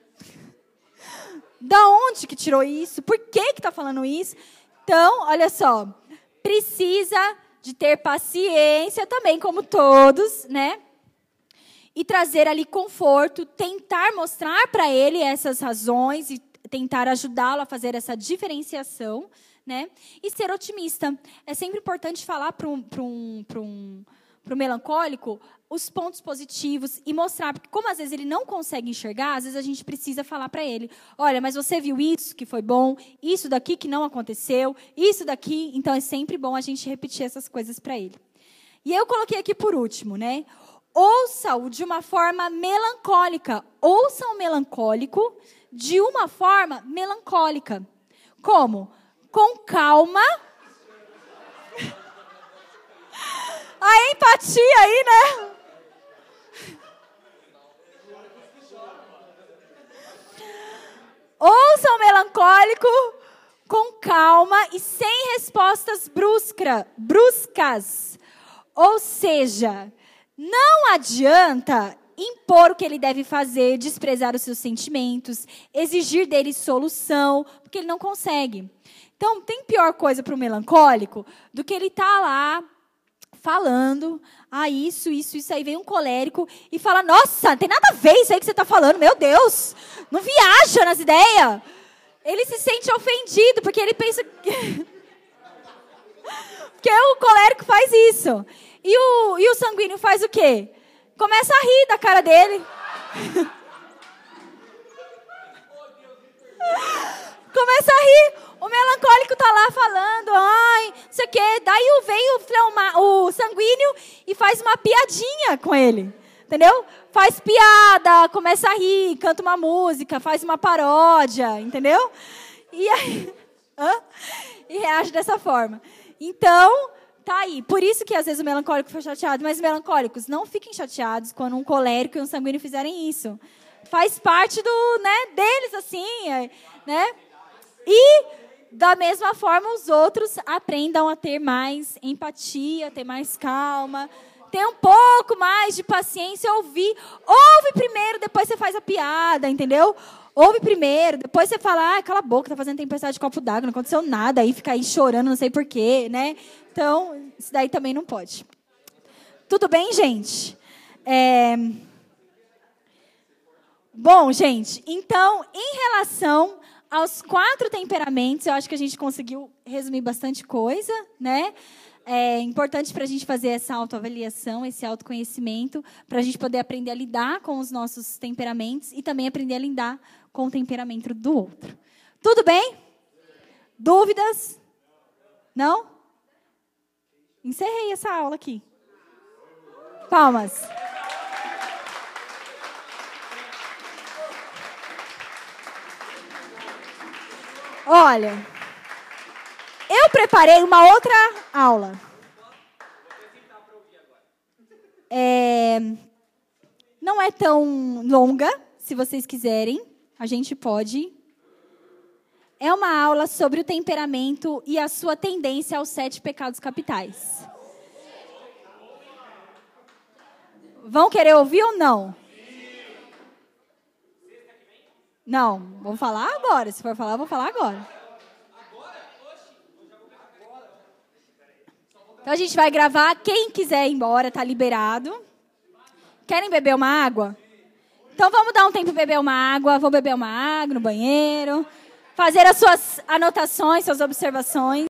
Da onde que tirou isso? Por que que está falando isso? Então, olha só, precisa de ter paciência também, como todos, né? E trazer ali conforto, tentar mostrar para ele essas razões e tentar ajudá-lo a fazer essa diferenciação, né? E ser otimista. É sempre importante falar para um, para um, para um, para o melancólico os pontos positivos e mostrar, porque como às vezes ele não consegue enxergar, às vezes a gente precisa falar para ele, olha, mas você viu isso que foi bom, isso daqui que não aconteceu, isso daqui, então é sempre bom a gente repetir essas coisas para ele. E eu coloquei aqui por último, né? Ouça-o de uma forma melancólica, ouça o melancólico de uma forma melancólica. Como? Com calma. A empatia aí, né? Ouça o melancólico com calma e sem respostas brusca, bruscas. Ou seja, não adianta impor o que ele deve fazer, desprezar os seus sentimentos, exigir dele solução, porque ele não consegue. Então, tem pior coisa para o melancólico do que ele estar lá falando, ah, isso, isso, isso, aí vem um colérico e fala, nossa, não tem nada a ver isso aí que você está falando, meu Deus, não viaja nas ideias. Ele se sente ofendido, porque ele pensa que... Porque o colérico faz isso. E o, e o sanguíneo faz o quê? Começa a rir da cara dele. Começa a rir. O melancólico tá lá falando, ai, não sei o quê. Daí vem o, fleuma, o sanguíneo e faz uma piadinha com ele. Entendeu? Faz piada, começa a rir, canta uma música, faz uma paródia, entendeu? E aí, hã? E reage dessa forma. Então, tá aí. Por isso que às vezes o melancólico foi chateado. Mas melancólicos, não fiquem chateados quando um colérico e um sanguíneo fizerem isso. Faz parte do, né, deles, assim, né? E, da mesma forma, os outros aprendam a ter mais empatia, ter mais calma, ter um pouco mais de paciência, ouvir. Ouve primeiro, depois você faz a piada, entendeu? Ouve primeiro, depois você fala, ah, cala a boca, tá fazendo tempestade de copo d'água, não aconteceu nada, aí fica aí chorando, não sei porquê, né? Então, isso daí também não pode. Tudo bem, gente? É... Bom, gente, então, em relação aos quatro temperamentos, eu acho que a gente conseguiu resumir bastante coisa, né? É importante para a gente fazer essa autoavaliação, esse autoconhecimento, para a gente poder aprender a lidar com os nossos temperamentos e também aprender a lidar com o temperamento do outro. Tudo bem? Dúvidas? Não? Encerrei essa aula aqui. Palmas. Olha, eu preparei uma outra aula. É, não é tão longa, se vocês quiserem, a gente pode. É uma aula sobre o temperamento e a sua tendência aos sete pecados capitais. Vão querer ouvir ou não? Não, vamos falar agora. Se for falar, eu vou falar agora. Então, a gente vai gravar. Quem quiser ir embora, tá liberado. Querem beber uma água? Então, vamos dar um tempo para beber uma água. Vou beber uma água no banheiro. Fazer as suas anotações, suas observações.